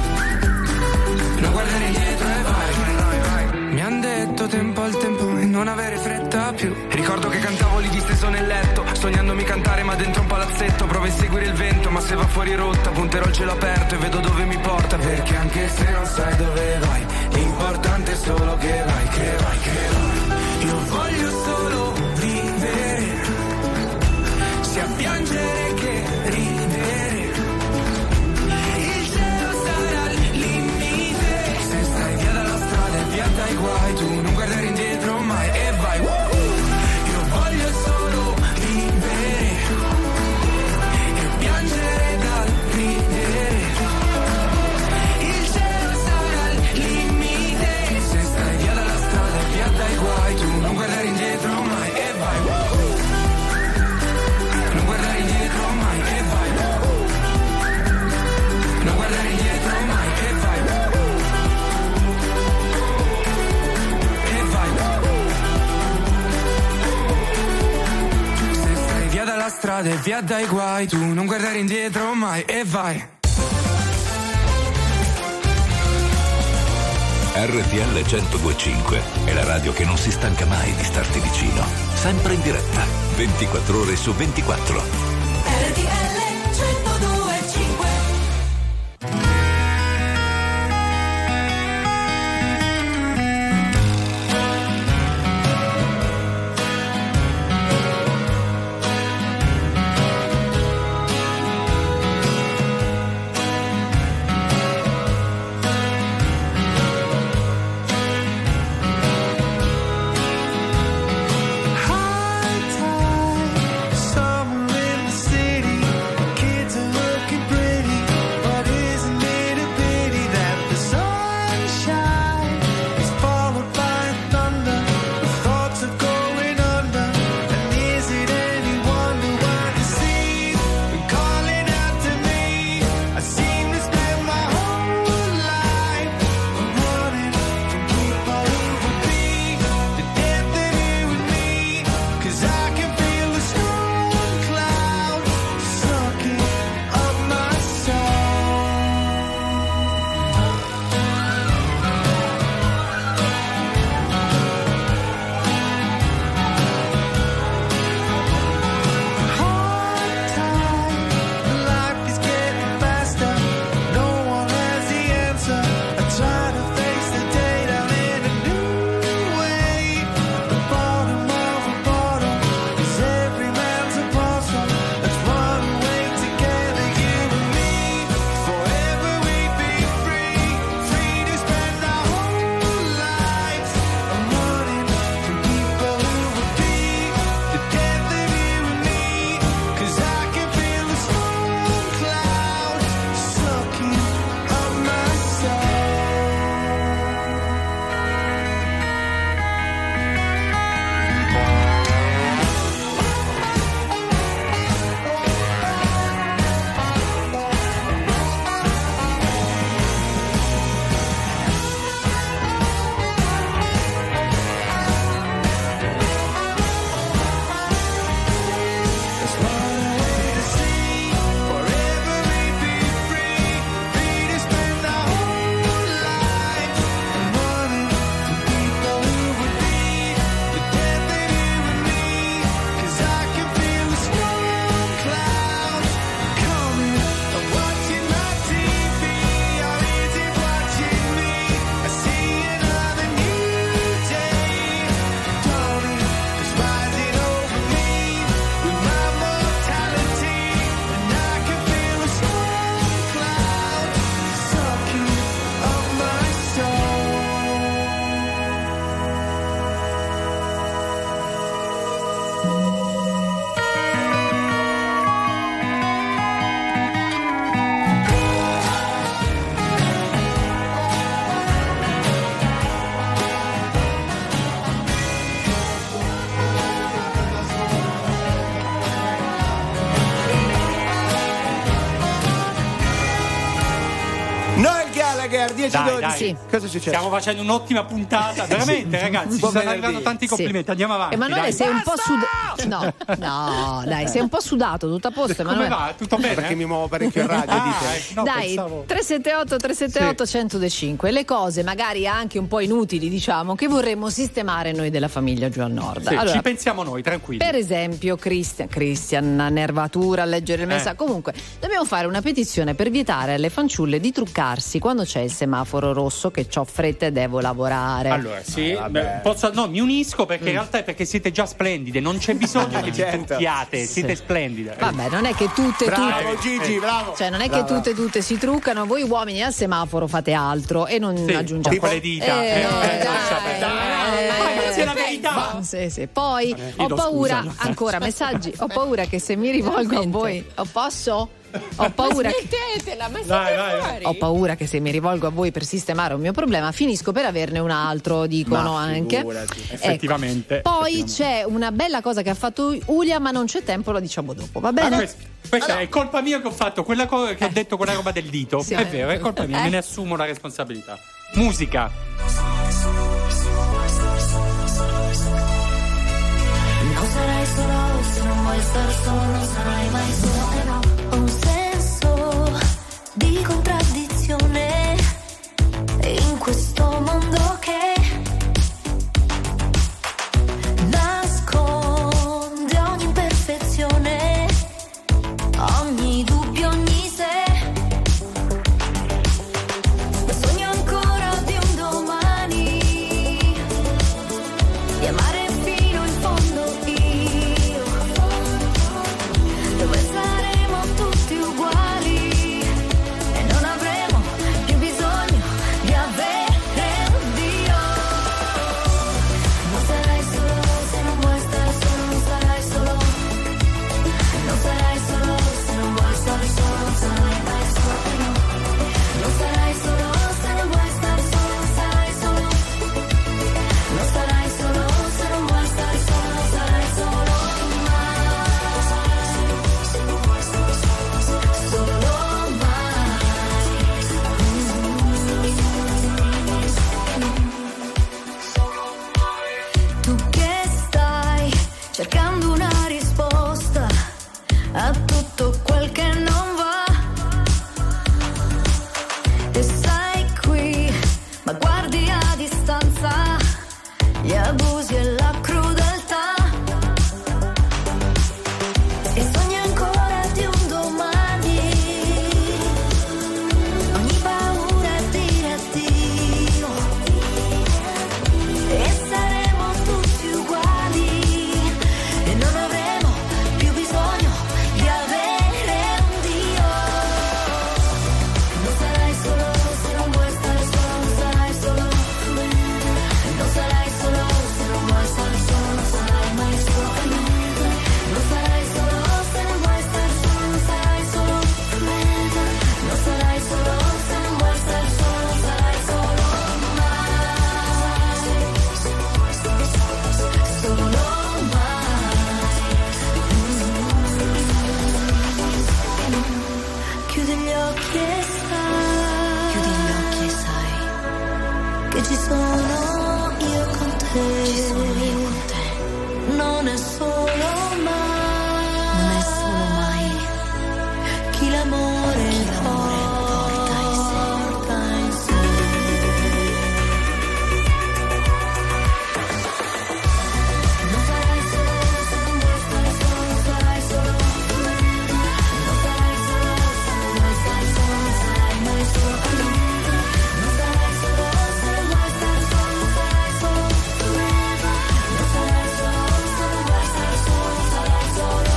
Non guardare indietro e vai. Mi han detto tempo al tempo e non avere fretta più. Ricordo che cantavo lì disteso nel letto, sognandomi cantare ma dentro un palazzetto. Provo a seguire il vento ma se va fuori rotta punterò il cielo aperto e vedo dove mi porta. Perché anche se non sai dove vai, l'importante è solo che vai, che vai, che vai. Io voglio solo vivere, sia piangere che ridere. Il cielo sarà il limite, se stai via dalla strada e via dai guai. Tu non guardare indietro mai e vai. Woo! Io voglio solo vivere e piangere dal ridere. Il cielo sarà il limite, se stai via dalla strada e via dai guai. Tu non guardare indietro mai e vai. Woo! Non guardare indietro mai e vai. Woo! Non guardare indietro mai e vai. Woo! E vai. Woo! Se stai via dalla strada e via dai guai. Tu non guardare indietro mai e vai. R T L centodue e cinque è la radio che non si stanca mai di starti vicino. Sempre in diretta, ventiquattro ore su ventiquattro. R T L centodue e cinque. High tide, somewhere in the city. Gallagher, dieci Dai, dodici. dai. Sì. Cosa succede? Stiamo facendo un'ottima puntata, veramente, ragazzi. Ci Buon stanno venerdì. arrivando tanti complimenti. Andiamo avanti. Emanuele, dai. sei un po' sudato. No, no, dai, sei un po' sudato, tutto a posto. Come Emanuele. va? Tutto bene? Perché mi muovo parecchio in radio, Ah, dite. eh, no, Dai, pensavo- tre sette otto tre sette otto uno zero due cinque, le cose magari anche un po' inutili, diciamo, che vorremmo sistemare noi della famiglia giù al nord. Sì, Allora, ci pensiamo noi, tranquilli. per esempio, Christian, Christian, nervatura a leggere il Eh. messaggio. Comunque, dobbiamo fare una petizione per vietare alle fanciulle di truccarsi quando c'è il semaforo rosso, che c'ho fretta e devo lavorare. Allora, sì, Ah, vabbè. beh, posso, no, mi unisco perché in realtà è perché siete già splendide, non c'è bisogno che vi Certo. trucchiate, siete splendide. Vabbè, non è che tutte Bravo tutte Gigi, bravo. cioè non è Brava. che tutte tutte si truccano, voi uomini al semaforo fate altro e non Sì, aggiungiate con le dita. Eh, Eh, no, eh, dai, non sapete. dai. Ma questa è la verità. Sì, sì. Poi Eh, ho chiedo paura, scusa. ancora messaggi, ho paura che se mi rivolgo a voi, ho posso? Ho paura che Smettetela, ma Vai, siete vai, vai. fuori? ho paura che se mi rivolgo a voi per sistemare un mio problema finisco per averne un altro, dicono Ma anche. figurati. Ecco. Effettivamente. Poi effettivamente. c'è una bella cosa che ha fatto Ulia, ma non c'è tempo, lo diciamo dopo, va Ah, bene? questa questa è colpa mia che ho fatto quella cosa che ho detto quella roba del dito. Sì. È vero, è colpa mia, Eh. me ne assumo la responsabilità. Musica. Non sarai solo se non vuoi star solo, non sarai mai solo. E no, ho un senso di contraddizione in questo mondo che nasconde ogni imperfezione, ogni dubbio, ogni se. Ma sogno ancora di un domani, di amare fino in fondo io, dove saremo tutti uguali e non avremo più bisogno di avere un Dio. Non sarai solo se non vuoi stare solo, non sarai solo, non sarai solo se non vuoi stare solo, non sarai mai solo, e no. Non sarai solo se non vuoi stare solo, non sarai solo, non sarai solo se non vuoi stare solo, non sarai solo mai, solo mai. Tu che stai cercando una risposta a tutto quel che non va, e sei qui ma guardi a distanza gli abusi e la crudeltà, e sogni ancora di un domani, ogni paura è dire addio, e saremo tutti uguali e non avremo più bisogno di avere un Dio. Non sarai solo se non vuoi stare solo, non sarai solo, non sarai solo se non vuoi stare solo, non sarai mai solo, non sarai solo se non vuoi stare solo, non sarai solo, non sarai solo se non vuoi stare solo, non sarai solo mai, solo mai. Chiudi gli occhi e sai, chiudi gli occhi e sai che ci sono io con te, ci sono io con te. Non è solo mai, non è solo mai chi l'amore, chi l'amore porta in sé, porta in sé. Non sarai solo se non vuoi stare solo, non sarai solo, non sarai solo se non vuoi stare solo, non sarai mai solo, non sarai solo se non vuoi stare solo, non sarai solo, non sarai solo se non vuoi stare solo, non sarai solo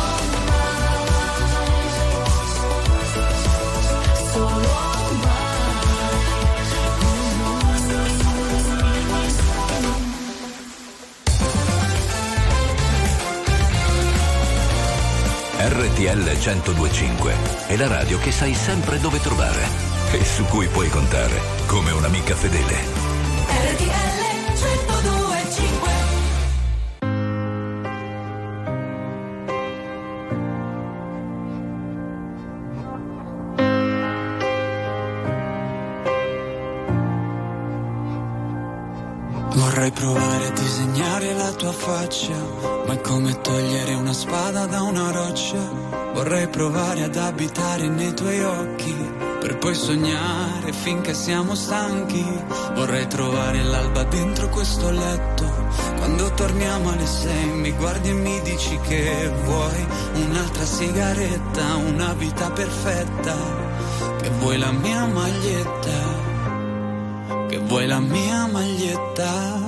mai, solo mai. R T L centodue e cinque è la radio che sai sempre dove trovare e su cui puoi contare come un'amica fedele. R T L centodue e cinque. Vorrei provare a disegnare la tua faccia, ma è come togliere una spada da una roccia. Vorrei provare ad abitare nei tuoi occhi, per poi sognare finché siamo stanchi. Vorrei trovare l'alba dentro questo letto, quando torniamo alle sei mi guardi e mi dici che vuoi un'altra sigaretta, una vita perfetta, che vuoi la mia maglietta, che vuoi la mia maglietta.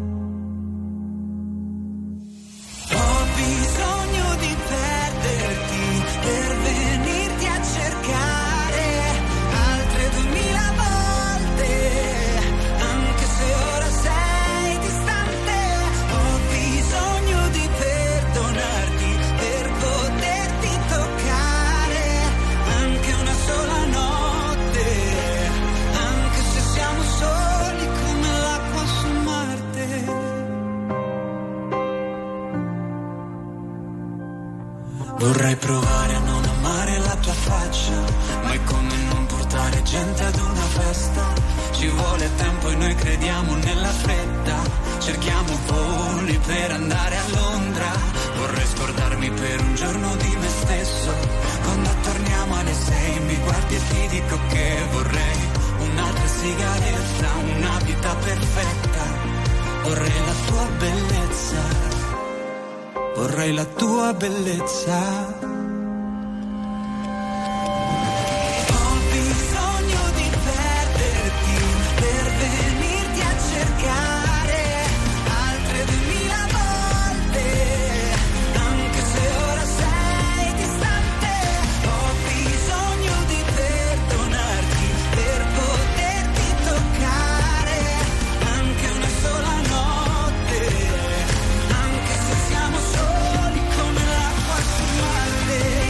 Ho bisogno di perderti per venirti a cercare altre duemila volte, anche se ora sei distante. Ho bisogno di perdonarti per poterti toccare anche una sola notte, anche se siamo soli come l'acqua su Marte. Vorrei provare a non amare la tua faccia, ma è come non portare gente ad una festa. Ci vuole tempo e noi crediamo nella fretta, cerchiamo voli per andare a Londra. Vorrei scordarmi per un giorno di me stesso, quando torniamo alle sei mi guardi e ti dico che vorrei un'altra sigaretta, una vita perfetta. Vorrei la tua bellezza, vorrei la tua bellezza. Ho bisogno di perderti per venirti a cercare altre duemila volte, anche se ora sei distante. Ho bisogno di perdonarti per poterti toccare anche una sola notte, anche se siamo soli come l'acqua su Marte.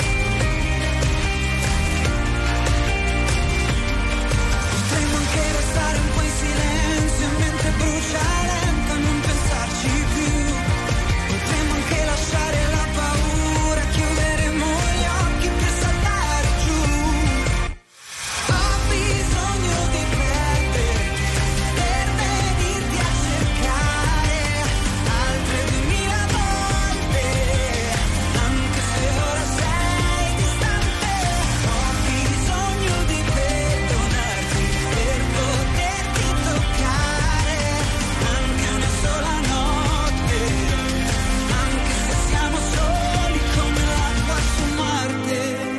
Potremmo anche restare un po' in silenzio mentre brucia lenta, non pensarci più. Potremmo anche lasciare la paura, chiuderemo gli occhi per saltare giù. Ho bisogno di perderti per venirti a cercare altre duemila volte, anche se ora sei distante. Ho bisogno di perdonarti per poterti toccare anche una sola notte, anche se siamo soli come l'acqua su Marte.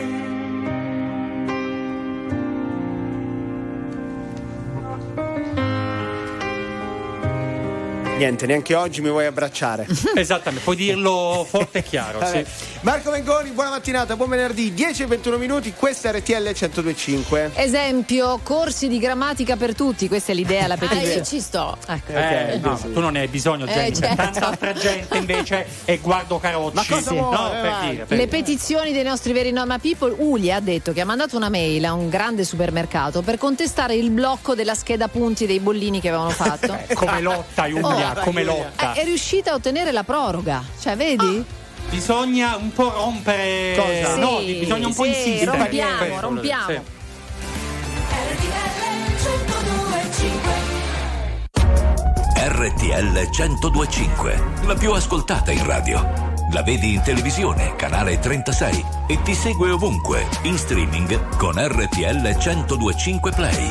Niente, neanche oggi mi vuoi abbracciare. Esattamente, puoi dirlo forte e chiaro. Vabbè. Sì. Marco Mengoni, buona mattinata, buon venerdì, dieci e ventuno minuti, questa è R T L centodue e cinque. Esempio, corsi di grammatica per tutti, questa è l'idea, la Ah, petizione. io ci sto. Ecco. Eh, Ok, no, sì. tu non ne hai bisogno, Eh, Jenny. certo. Tanta altra gente invece è guardo Carocci. Ma cosa Sì. vuoi? No, per Vai. dire, per Le dire. petizioni dei nostri veri norma people. Uli ha detto che ha mandato una mail a un grande supermercato per contestare il blocco della scheda punti dei bollini che avevano fatto. Eh, come lotta, Giulia, Oh, come Giulia. lotta. Eh, è riuscita a ottenere la proroga, cioè vedi? Bisogna un po' rompere. Cosa? No, Sì, bisogna un po' sì, insistere. rompiamo, Questo, rompiamo. sì. R T L centodue e cinque, la più ascoltata in radio. La vedi in televisione, canale trentasei, e ti segue ovunque, in streaming con R T L centodue e cinque Play.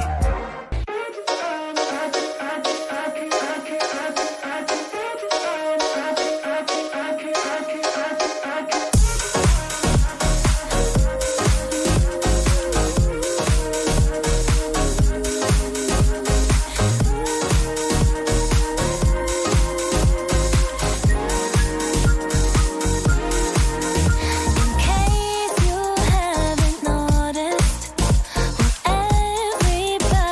In case you haven't noticed, what everybody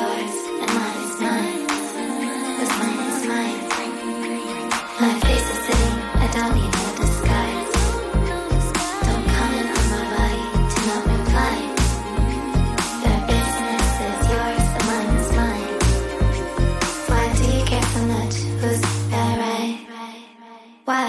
yours and mine is mine. What's mine is mine. My face is sitting, I don't need no disguise. Don't comment on my body, do not reply. Their business is yours and mine is mine. Why do you care so much? Who's that right? Why?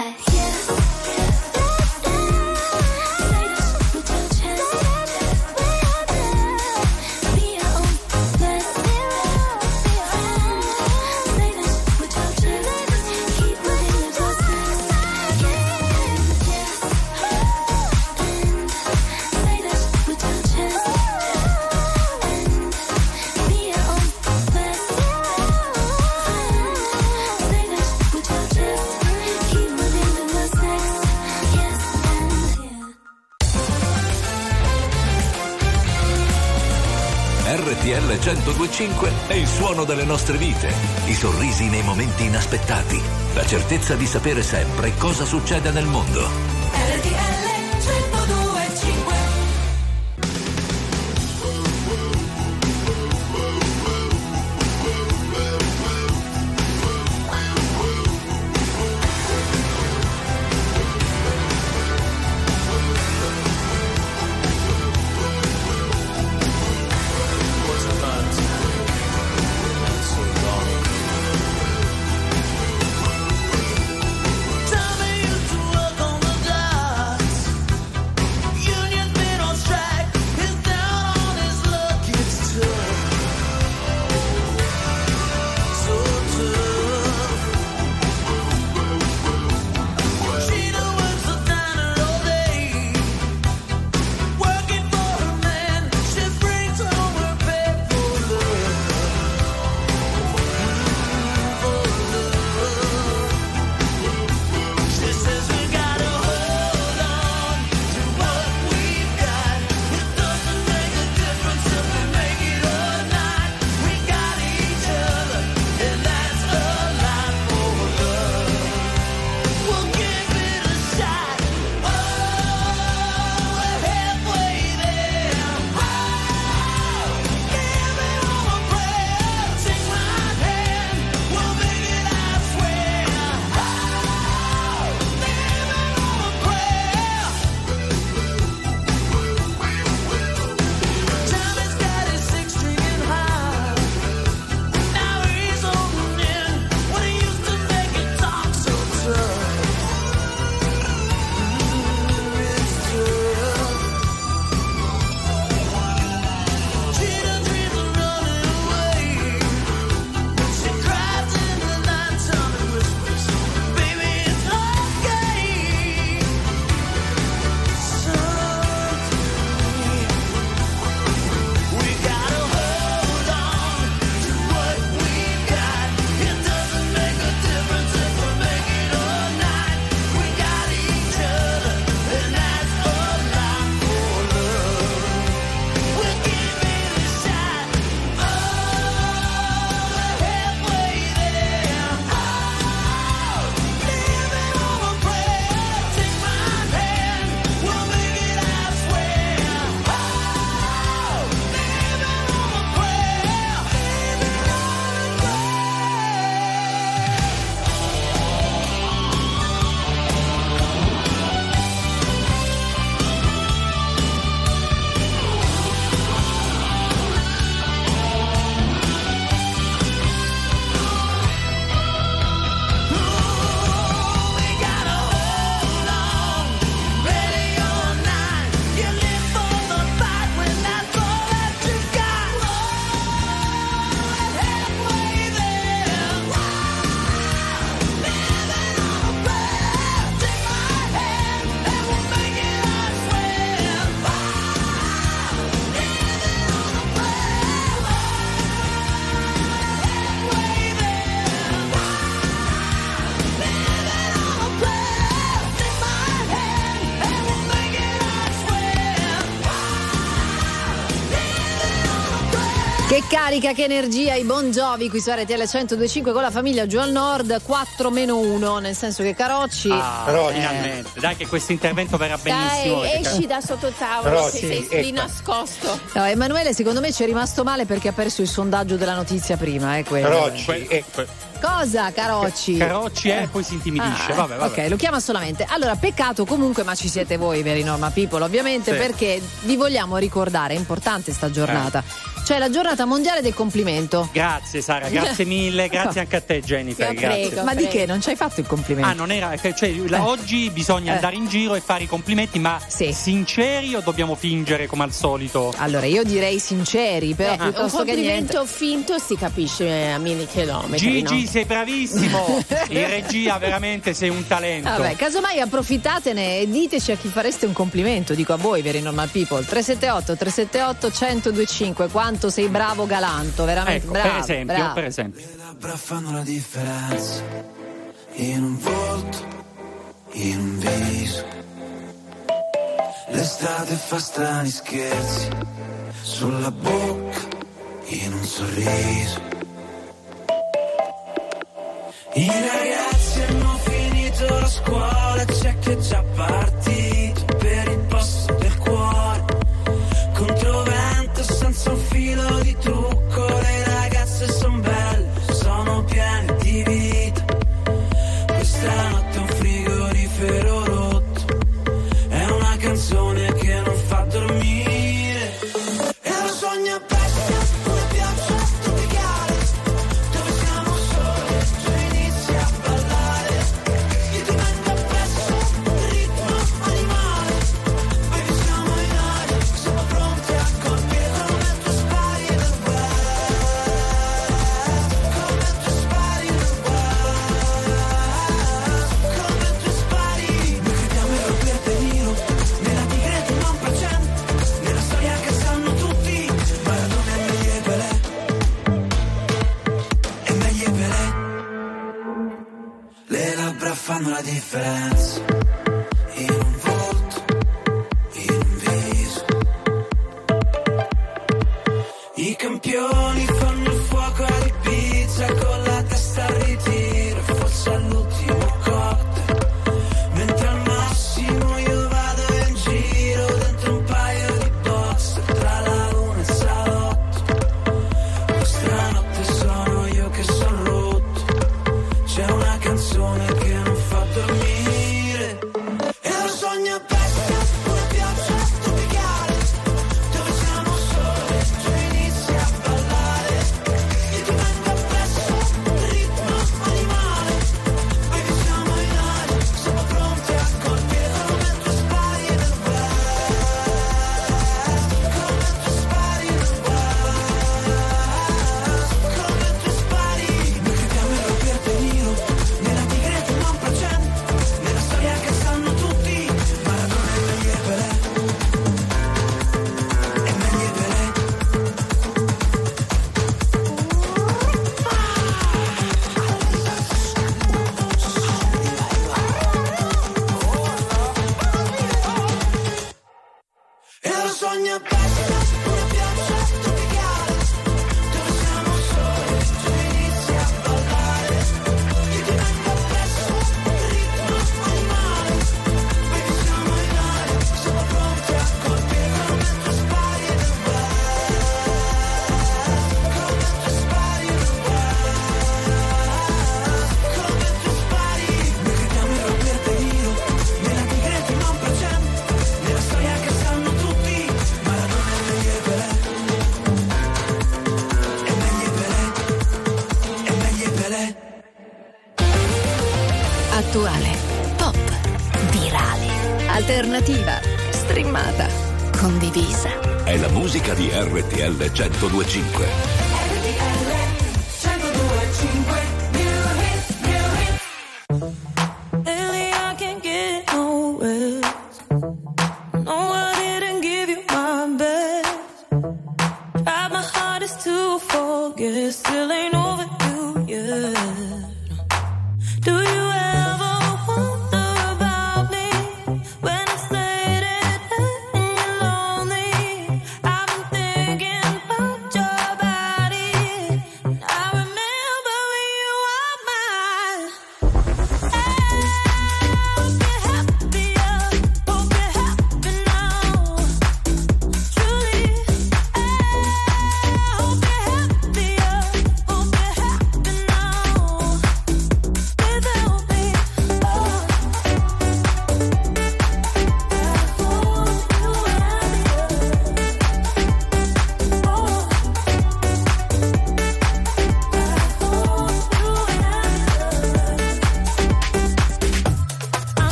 R T L centodue e cinque è il suono delle nostre vite, i sorrisi nei momenti inaspettati, la certezza di sapere sempre cosa succede nel mondo. R T L centodue e cinque. Tell me you to work on the die. carica, che energia, i Bon Jovi qui su R T L centodue e cinque con la famiglia giù al nord, quattro meno uno, nel senso che Carocci ah, Carocci. finalmente dai che questo intervento verrà benissimo. Dai, esci da sotto tavolo, Carocci, se sei ecco. lì nascosto. no, Emanuele secondo me ci è rimasto male perché ha perso il sondaggio della notizia prima, eh, quello. Carocci, Que- ecco. que- Cosa Carocci? Carocci è e poi si intimidisce. Ah, vabbè, vabbè. ok, lo chiama solamente. Allora, peccato comunque, ma ci siete voi, veri Norma People, ovviamente, Sì. perché vi vogliamo ricordare, è importante sta giornata. Cioè la giornata mondiale del complimento. Grazie Sara, grazie mille, grazie anche a te Jennifer, Io grazie. prego. Ma di che? Non ci hai fatto il complimento? Ah, non era, cioè, la- oggi bisogna Eh. andare in giro e fare i complimenti, ma Sì. sinceri o dobbiamo fingere come al solito? Allora, io direi sinceri, però Eh, un piuttosto che niente. complimento finto si capisce a mille chilometri. Gigi, no? sei bravissimo! In regia veramente sei un talento. Vabbè, casomai approfittatene e diteci a chi fareste un complimento, dico a voi, veri Normal People. tre sette otto tre sette otto uno zero due cinque, quanto sei bravo galanto, veramente Ecco, bravo. per esempio, bravo. per esempio. Le labbra fanno la differenza in un volto, in un viso. L'estate fa strani scherzi sulla bocca, in un sorriso. I ragazzi hanno finito la scuola, c'è chi è già partito per il posto del cuore. Controvento senza un filo di trucco, le ragazze son belle, sono piene di vita. Questa notte è un frigorifero rotto, è una canzone che non fa dormire. E lo sogno a bestia, una pioggia tropicale, dove siamo soli, tu inizi a ballare. Io ti metto appresso, ritmo animale, baby siamo in aria, siamo pronti a colpire come tu spari nel web, come tu spari nel web, come tu spari. Noi crediamo in Roberto De Niro, nella tigre di non procent, nella storia che sanno tutti, Maradona è meglio e Pelé, è meglio e Pelé. Le labbra fanno la differenza in un volto, in un viso. I campioni fanno il fuoco a Ibiza con la testa al ritiro, forse all'ultimo cocktail. Mentre al massimo io vado in giro dentro un paio di box tra la luna e il salotto. Questa notte sono io che sono rotto, c'è una canzone che non fa dormire. E lo sogno a bestia, una pioggia tropicale, dove siamo soli, tu inizi a ballare. Io ti metto appresso, ritmo animale, baby siamo in aria, siamo pronti a colpire come tu spari nel web, come tu spari nel web, come tu spari. Noi crediamo in Roberto De Niro, nella tigre di non procent, nella storia che sanno tutti, Maradona è meglio e Pelé, è meglio e Pelé. E lo sogno a bestia, una pioggia tropicale, dove siamo soli, tu inizi a ballare. Io ti metto appresso, ritmo animale, baby siamo in aria, siamo pronti a colpire come tu spari nel web, come tu spari nel web, come tu spari. Noi crediamo in Roberto De Niro, nella tigre di non procent, nella storia che sanno tutti, Maradona è meglio e Pelé, è meglio e Pelé, è meglio e Pelé. Attuale, pop, virale, alternativa, streamata, condivisa. È la musica di R T L centodue e cinque. Lately I can't get no rest. No, I didn't give you my best. Tried my hardest to forget, still ain't over you yet. Do you ever wonder about me when it's late at night and you're lonely? I've been thinking about your body.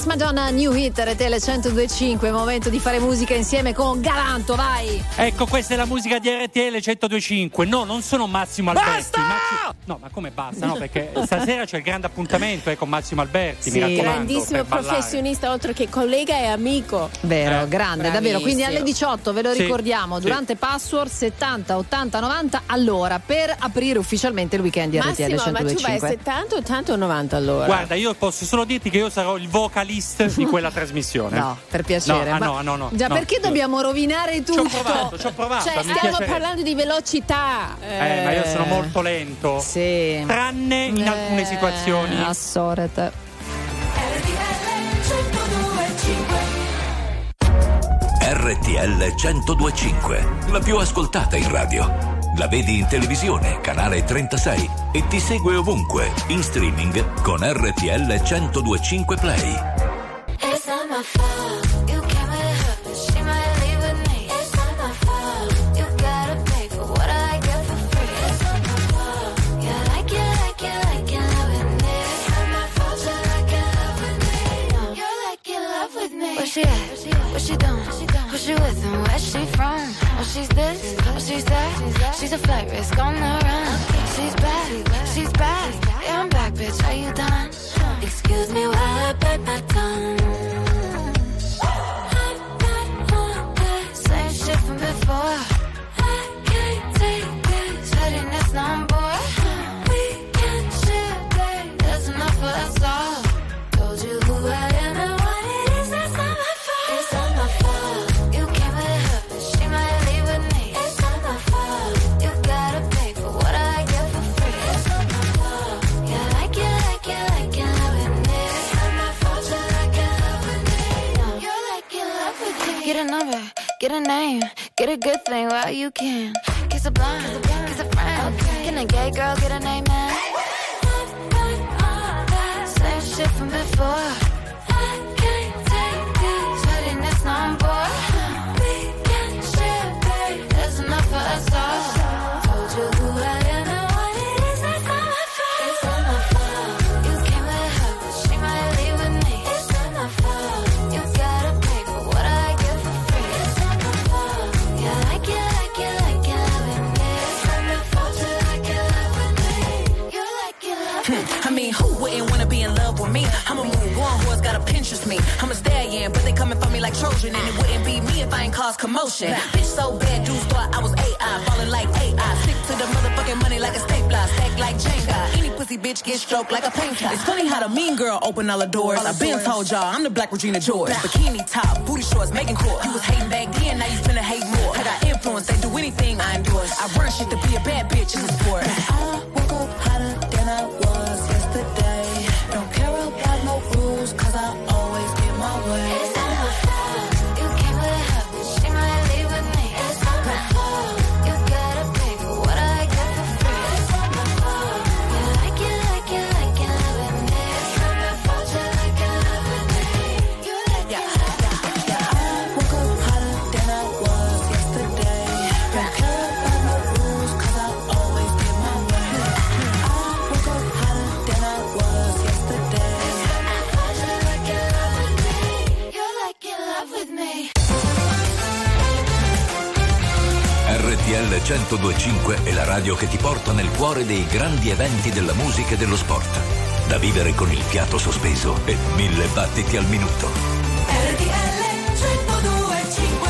Yes Madonna, New Hit, R T L centodue e cinque, momento di fare musica insieme con Galanto, vai! Ecco, questa è la musica di R T L centodue e cinque. No, non sono Massimo Alberti. Basta! Maxi... No, ma come basta? No, perché stasera c'è il grande appuntamento eh, con Massimo Alberti, sì, mi raccomando. Grandissimo professionista, oltre che collega e amico. Vero, Eh, grande, bravissimo. davvero. Quindi alle diciotto, ve lo Sì, ricordiamo, sì. durante Password settanta ottanta novanta all'ora, per aprire ufficialmente il weekend di R T L Massimo, ma centodue e tu vai a cinque. settanta, ottanta o novanta allora? Guarda, io posso solo dirti che io sarò il vocalist di quella trasmissione. No, per piacere. No, ah, ma- no, no, no, Già, no. perché dobbiamo rovinare tutto? Ci ho provato, ci ho provato. Cioè, mi stiamo piacerebbe. parlando di velocità. Eh, ma io sono molto lento. Sì. Tranne in alcune situazioni. Eh, assorete. R T L centodue e cinque, la più ascoltata in radio. La vedi in televisione, canale trentasei, e ti segue ovunque, in streaming con R T L centodue e cinque Play. It's not my fault. You came with her, but she might leave with me. It's not my fault. You gotta pay for what I get for free. It's not my fault. You like it, like it, like it, love with me. It's not my fault. You like it, love with me. No, you like it, love with me. Where she at? What she doing? Who she with and where she from? Oh, she's this, oh, she's that. She's a flight risk on the run. She's back, she's back. Yeah, I'm back, bitch. Are you done? Excuse me while I bite my tongue. I'm not on that same shit from before. I can't take this pettiness no more. We can share, babe. There's enough for us all. Told you who I am and what it is. That's not my fault. It's not my fault. You came with her, but she might leave with me. It's not my fault. You gotta pay for what I get for free. It's not my fault. You like it, like it, like it, love with me. It's not my fault. You like it, love with me. No, you like it, love with me. Get a number, get a name, get a good thing while you can. Kiss a blind, kiss a friend. Can a gay girl get a name, man? Same shit from before. I can't take this pettiness no more. We can share, babe. There's enough for us all. Told you who I am and what it is. That's not my fault. It's not my fault. You came with her, but she might leave with me. It's not my fault. You gotta pay for what I get for free. It's not my fault. You like it, like it, like it, love with me. It's not my fault. You like it, love with me. You like it, love with me. I mean, who wouldn't wanna be in love with me? I'ma move on, who's gotta Pinterest me? I'm a stallion, but they coming for me like Trojan, and it wouldn't be me if I ain't cause commotion. Bitch so bad, dudes thought I was A I, falling like A I. Stick to the motherfucking money like a stapler, stack like Jenga. Any pussy bitch get stroked like a painter. It's funny how the mean girl open all the doors. I've been told y'all I'm the Black Regina George. Bikini top, booty shorts, making court. You was hating back then, now you finna hate more. I got influence, they do anything I endorse. I run shit to be a bad bitch in the sport. I woke up hotter than I was yesterday. Don't care about no rules, cause I always get my way. It's not my fault. You came with her, but she might leave with me. It's not my fault. You gotta pay for what I get for free. It's not my fault. You like it, like it, like it, love with me. It's not my fault. You like it, love with me. You like it, love with me. I woke up hotter than I was yesterday. Don't care about no rules, cause I always get my way. I woke up hotter than I was yesterday. You like it, love with me. You like it, love with me. R T L centodue e cinque è la radio che ti porta nel cuore dei grandi eventi della musica e dello sport. Da vivere con il fiato sospeso e mille battiti al minuto. R T L centodue e cinque.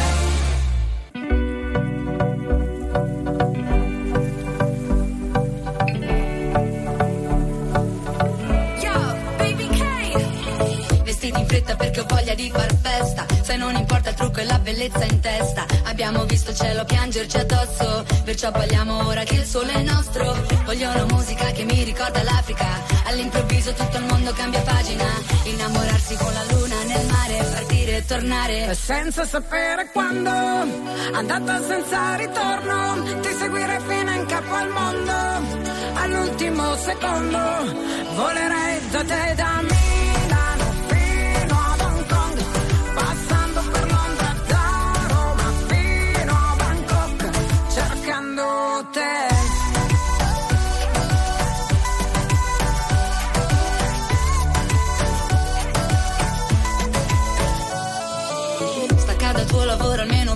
Vestiti in fretta perché ho voglia di far festa. Se non importa il trucco e la bellezza in testa. Abbiamo visto il cielo piangerci addosso, perciò balliamo ora che il sole è nostro. Voglio una musica che mi ricorda l'Africa. All'improvviso tutto il mondo cambia pagina. Innamorarsi con la luna nel mare, partire e tornare. E senza sapere quando, andata senza ritorno, ti seguire fino in capo al mondo. All'ultimo secondo, volerei da te, da Milano fino ad Hong Kong, passando per Londra, da Roma fino a Bangkok, cercando te.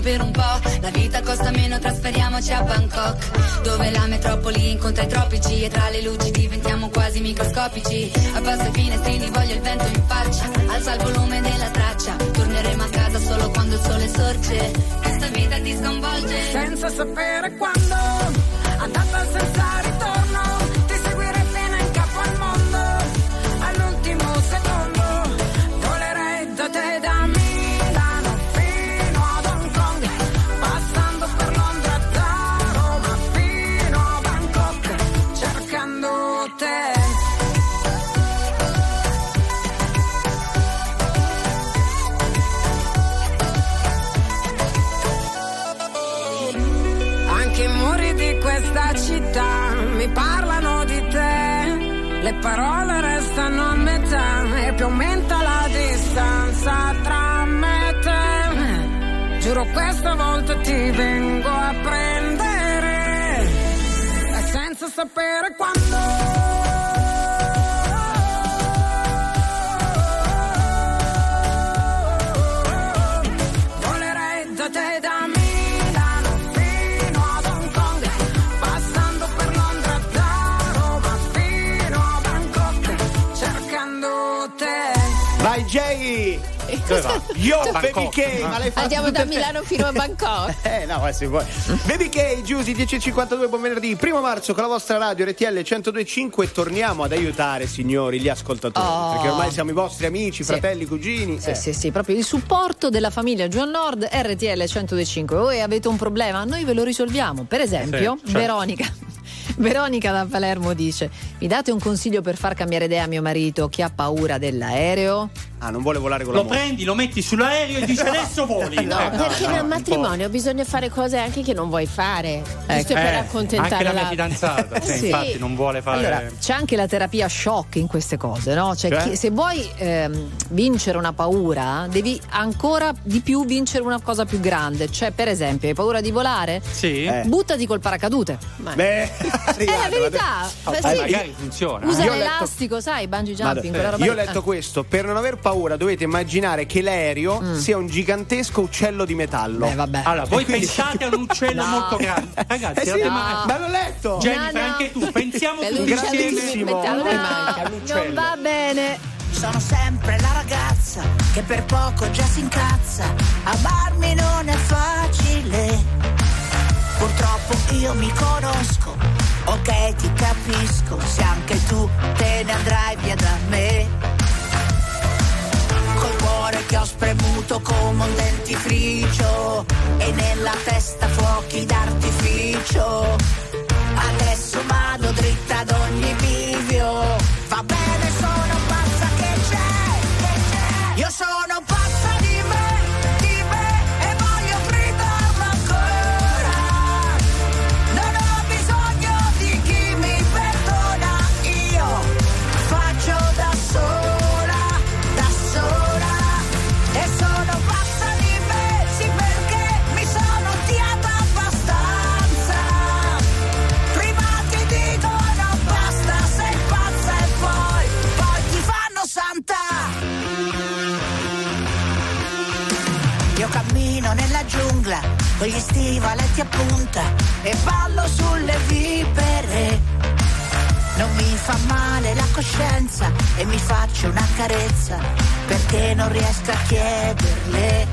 per un po'. La vita costa meno, trasferiamoci a Bangkok, dove la metropoli incontra i tropici e tra le luci diventiamo quasi microscopici. Abbasso i finestrini, voglio il vento in faccia, alza il volume della traccia, torneremo a casa solo quando il sole sorge. Questa vita ti sconvolge senza sapere quando, andata senza ritorno, ti seguirei fino in capo al mondo, all'ultimo secondo, volerei da te da Milano fino ad Hong Kong, passando per Londra da Roma fino a Bangkok, cercando te. I muri di questa città mi parlano di te, le parole restano a metà e più aumenta la distanza tra me e te. Giuro questa volta ti vengo a prendere e senza sapere quando. Vai Jay! Io Baby K, ma l'hai fatto andiamo da te. Milano fino a Bangkok. Eh no, ma si può. Baby K, Giusy, dieci e cinquantadue, buon venerdì, primo marzo con la vostra radio R T L centodue e cinque. Torniamo ad aiutare, signori, gli ascoltatori, Oh. perché ormai siamo i vostri amici, fratelli, cugini. Sì, eh. sì, sì, proprio il supporto della famiglia Joan Nord, R T L centodue e cinque. Voi avete un problema, noi ve lo risolviamo. Per esempio, Sì, certo. Veronica Veronica da Palermo dice: mi date un consiglio per far cambiare idea a mio marito che ha paura dell'aereo? Ah, non vuole volare con la Lo moto. prendi, lo metti sull'aereo e dici adesso voli. No, Eh, perché no, nel no, matrimonio bisogna fare cose anche che non vuoi fare, giusto Ecco. per Eh, accontentare anche la mia l'altro. fidanzata, cioè, Sì. infatti non vuole fare. Allora, c'è anche la terapia shock in queste cose, no? Cioè, Cioè? chi- se vuoi ehm, vincere una paura, devi ancora di più vincere una cosa più grande. Cioè, per esempio, hai paura di volare? Sì. Eh. Buttati col paracadute. Beh, È la verità. Oh, Beh, poi sì. magari funziona. Usa Io ho letto- l'elastico, sai, bungee jumping. Madonna, quella roba io ho lì. letto Ah. questo: per non aver paura dovete immaginare che l'aereo sia un gigantesco uccello di metallo. Beh, vabbè. Allora, voi E quindi- pensate a un uccello No. molto grande. Ragazzi, Eh sì, avete ma, mai- ma l'ho letto. Jennifer, No, no. anche tu, pensiamo Per tutti l'uccello insieme. che mi mettiamo No, le mani. non va bene. Sono sempre la ragazza che per poco già si incazza. Amarmi non è facile. Purtroppo io mi conosco. Ok, ti capisco. Se anche tu te ne andrai via da me. Col cuore che ho spremuto come un dentifricio e nella testa fuochi d'artificio. Adesso vado dritta ad ogni bivio. Va bene, sono pazza che c'è. Io sono pazza di me, di me e voglio gridarlo ancora. Non ho bisogno di chi mi perdona. Io faccio da sola, da sola. E sono pazza di me, sì, perché mi sono odiata abbastanza. Prima ti dicono basta, sei pazza e poi, poi ti fanno santa. Io cammino nella giungla con gli stivaletti a punta e ballo sulle vipere. Non mi fa male la coscienza e mi faccio una carezza perché non riesco a chiederle.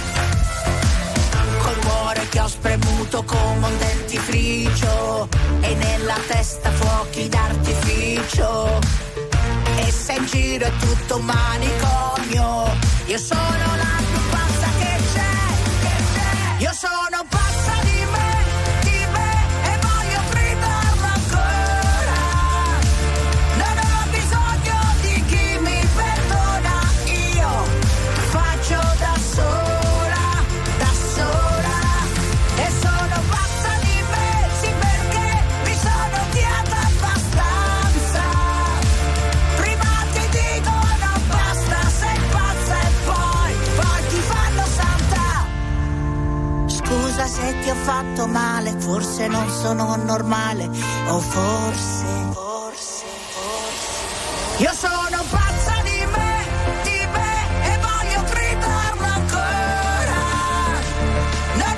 Col cuore che ho spremuto come un dentifricio e nella testa fuochi d'artificio. E se in giro è tutto un manicomio, io sono la più pazza che c'è, che c'è. Io sono pazza di me, di me e voglio gridarlo ancora. Non ho bisogno di chi mi perdona. Io faccio da sola, da sola. E sono pazza di me, sì, perché mi sono odiata abbastanza. Prima ti dicono basta, sei pazza e poi, poi ti fanno santa. Scusa se ti ho fatto male, forse non sono normale, o forse, forse, forse. Io sono pazza di me, di me e voglio gridarlo ancora. Non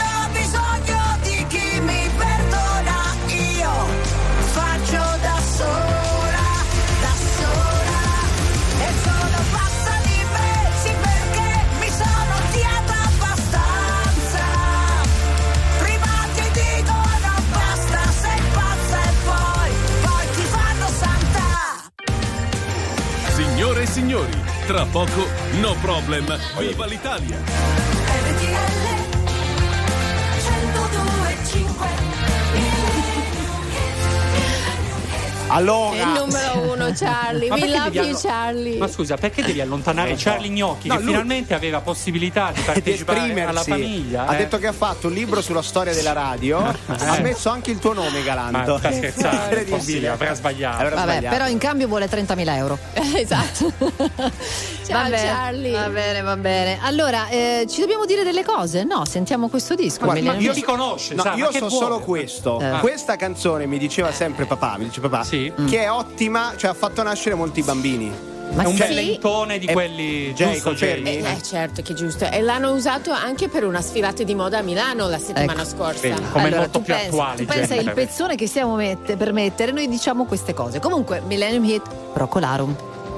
Tra poco, No Problem, Viva l'Italia. R T L centodue e cinque. Allora, il numero uno Charlie, Ma we perché love devi you allo- Charlie. Ma scusa, perché devi allontanare Charlie Gnocchi No, che lui- finalmente aveva possibilità di di partecipare esprimersi. alla famiglia? Ha eh? detto che ha fatto un libro sulla storia della radio. Ha messo anche il tuo nome, Galanto. Ma sta scherzando, è Incredibile. possibile, avrà sbagliato. Avrà Vabbè, sbagliato. però in cambio vuole trentamila euro. Esatto. Ciao Va bene, Charlie. Va bene, va bene. Allora, eh, ci dobbiamo dire delle cose? No, sentiamo questo disco. Guarda, Millennium io ti Hit. conosce, No, sa, io ma che so vuole? solo questo. Eh. Questa canzone mi diceva sempre papà, mi dice papà, Sì. che è ottima, cioè ha fatto nascere molti bambini. Ma È un sì? bel lentone di È- quelli, Jay, giusto, confermi? Jay? Eh, certo che è giusto. E l'hanno usato anche per una sfilata di moda a Milano la settimana Ecco. scorsa. Vedi, come Allora, molto tu più pensa, attuale. tu pensa Jennifer. il pezzone che stiamo mette, per mettere, noi diciamo queste cose. Comunque, Millennium Hit, Procolarum.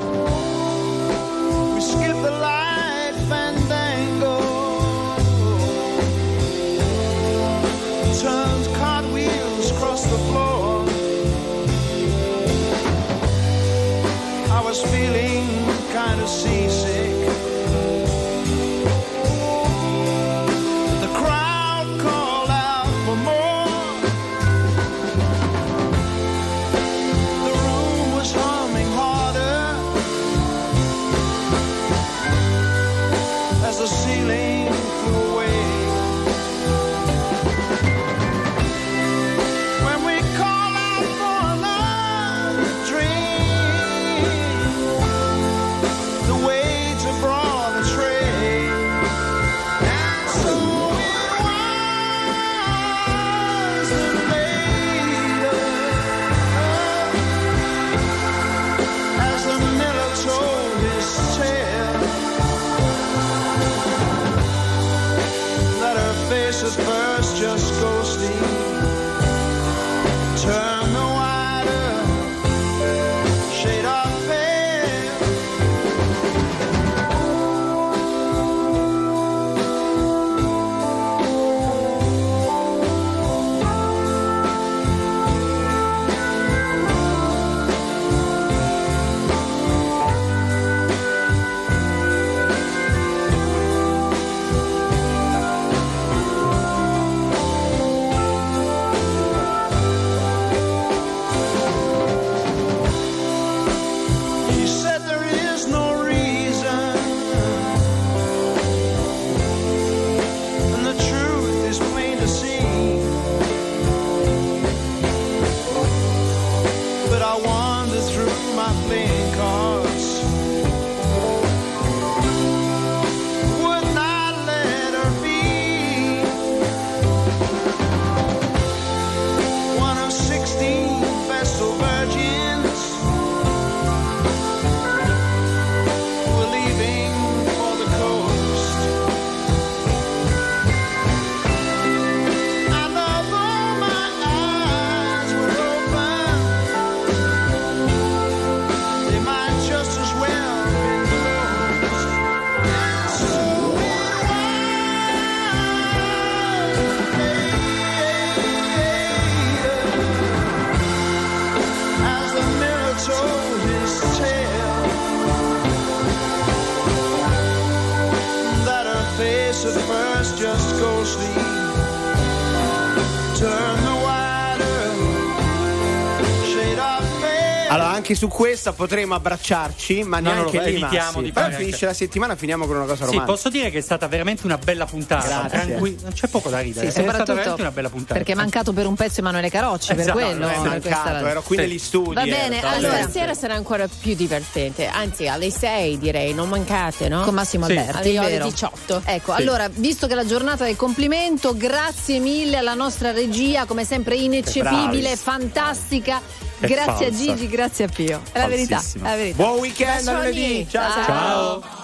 We skip the light fandango, turns cartwheels across the floor. I was feeling kind of seasick. The crowd called out for more. The room was humming harder as the ceiling flew away. When we call out for another drink, the waiter brought a tray, and so it was that later, as the miller told his tale, that her face at first just ghostly turned the wider shade of pale. He said there is no reason, and the truth is plain to see. But I wander through my playing cards, would not let her be one of sixteen vestal virgins were leaving for the coast. And although my eyes were open, they might just as well have been closed. And so it was as the mirror told his tale, that her face at first just ghostly turned the wider shade of pale. Allora, anche su questa potremo abbracciarci, ma No, no, neanche no, lì, evitiamo Massi. di Poi fare finisce anche- la settimana, finiamo con una cosa Sì, romantica. posso dire che è stata veramente una bella puntata. Grazie. Tranqui- non c'è poco da ridere. Sì, è stata soprattutto veramente una bella puntata. perché è mancato per un pezzo Emanuele Carocci, per Esatto, quello. No, è per mancato, questa- ero qui Sì. negli studi. Va bene, ero- allora- Stasera sarà ancora più divertente, anzi alle sei direi, non mancate, no? Con Massimo Sì. Alberti, Alle ore vero? diciotto. Ecco, Sì. allora, visto che è la giornata del complimento, grazie mille alla nostra regia, come sempre ineccepibile, Bravi. fantastica. È Grazie falsa. a Gigi, grazie a Pio. È la verità, è Falsissima. la verità. Buon weekend a lunedì. Ciao. Ciao. Ciao.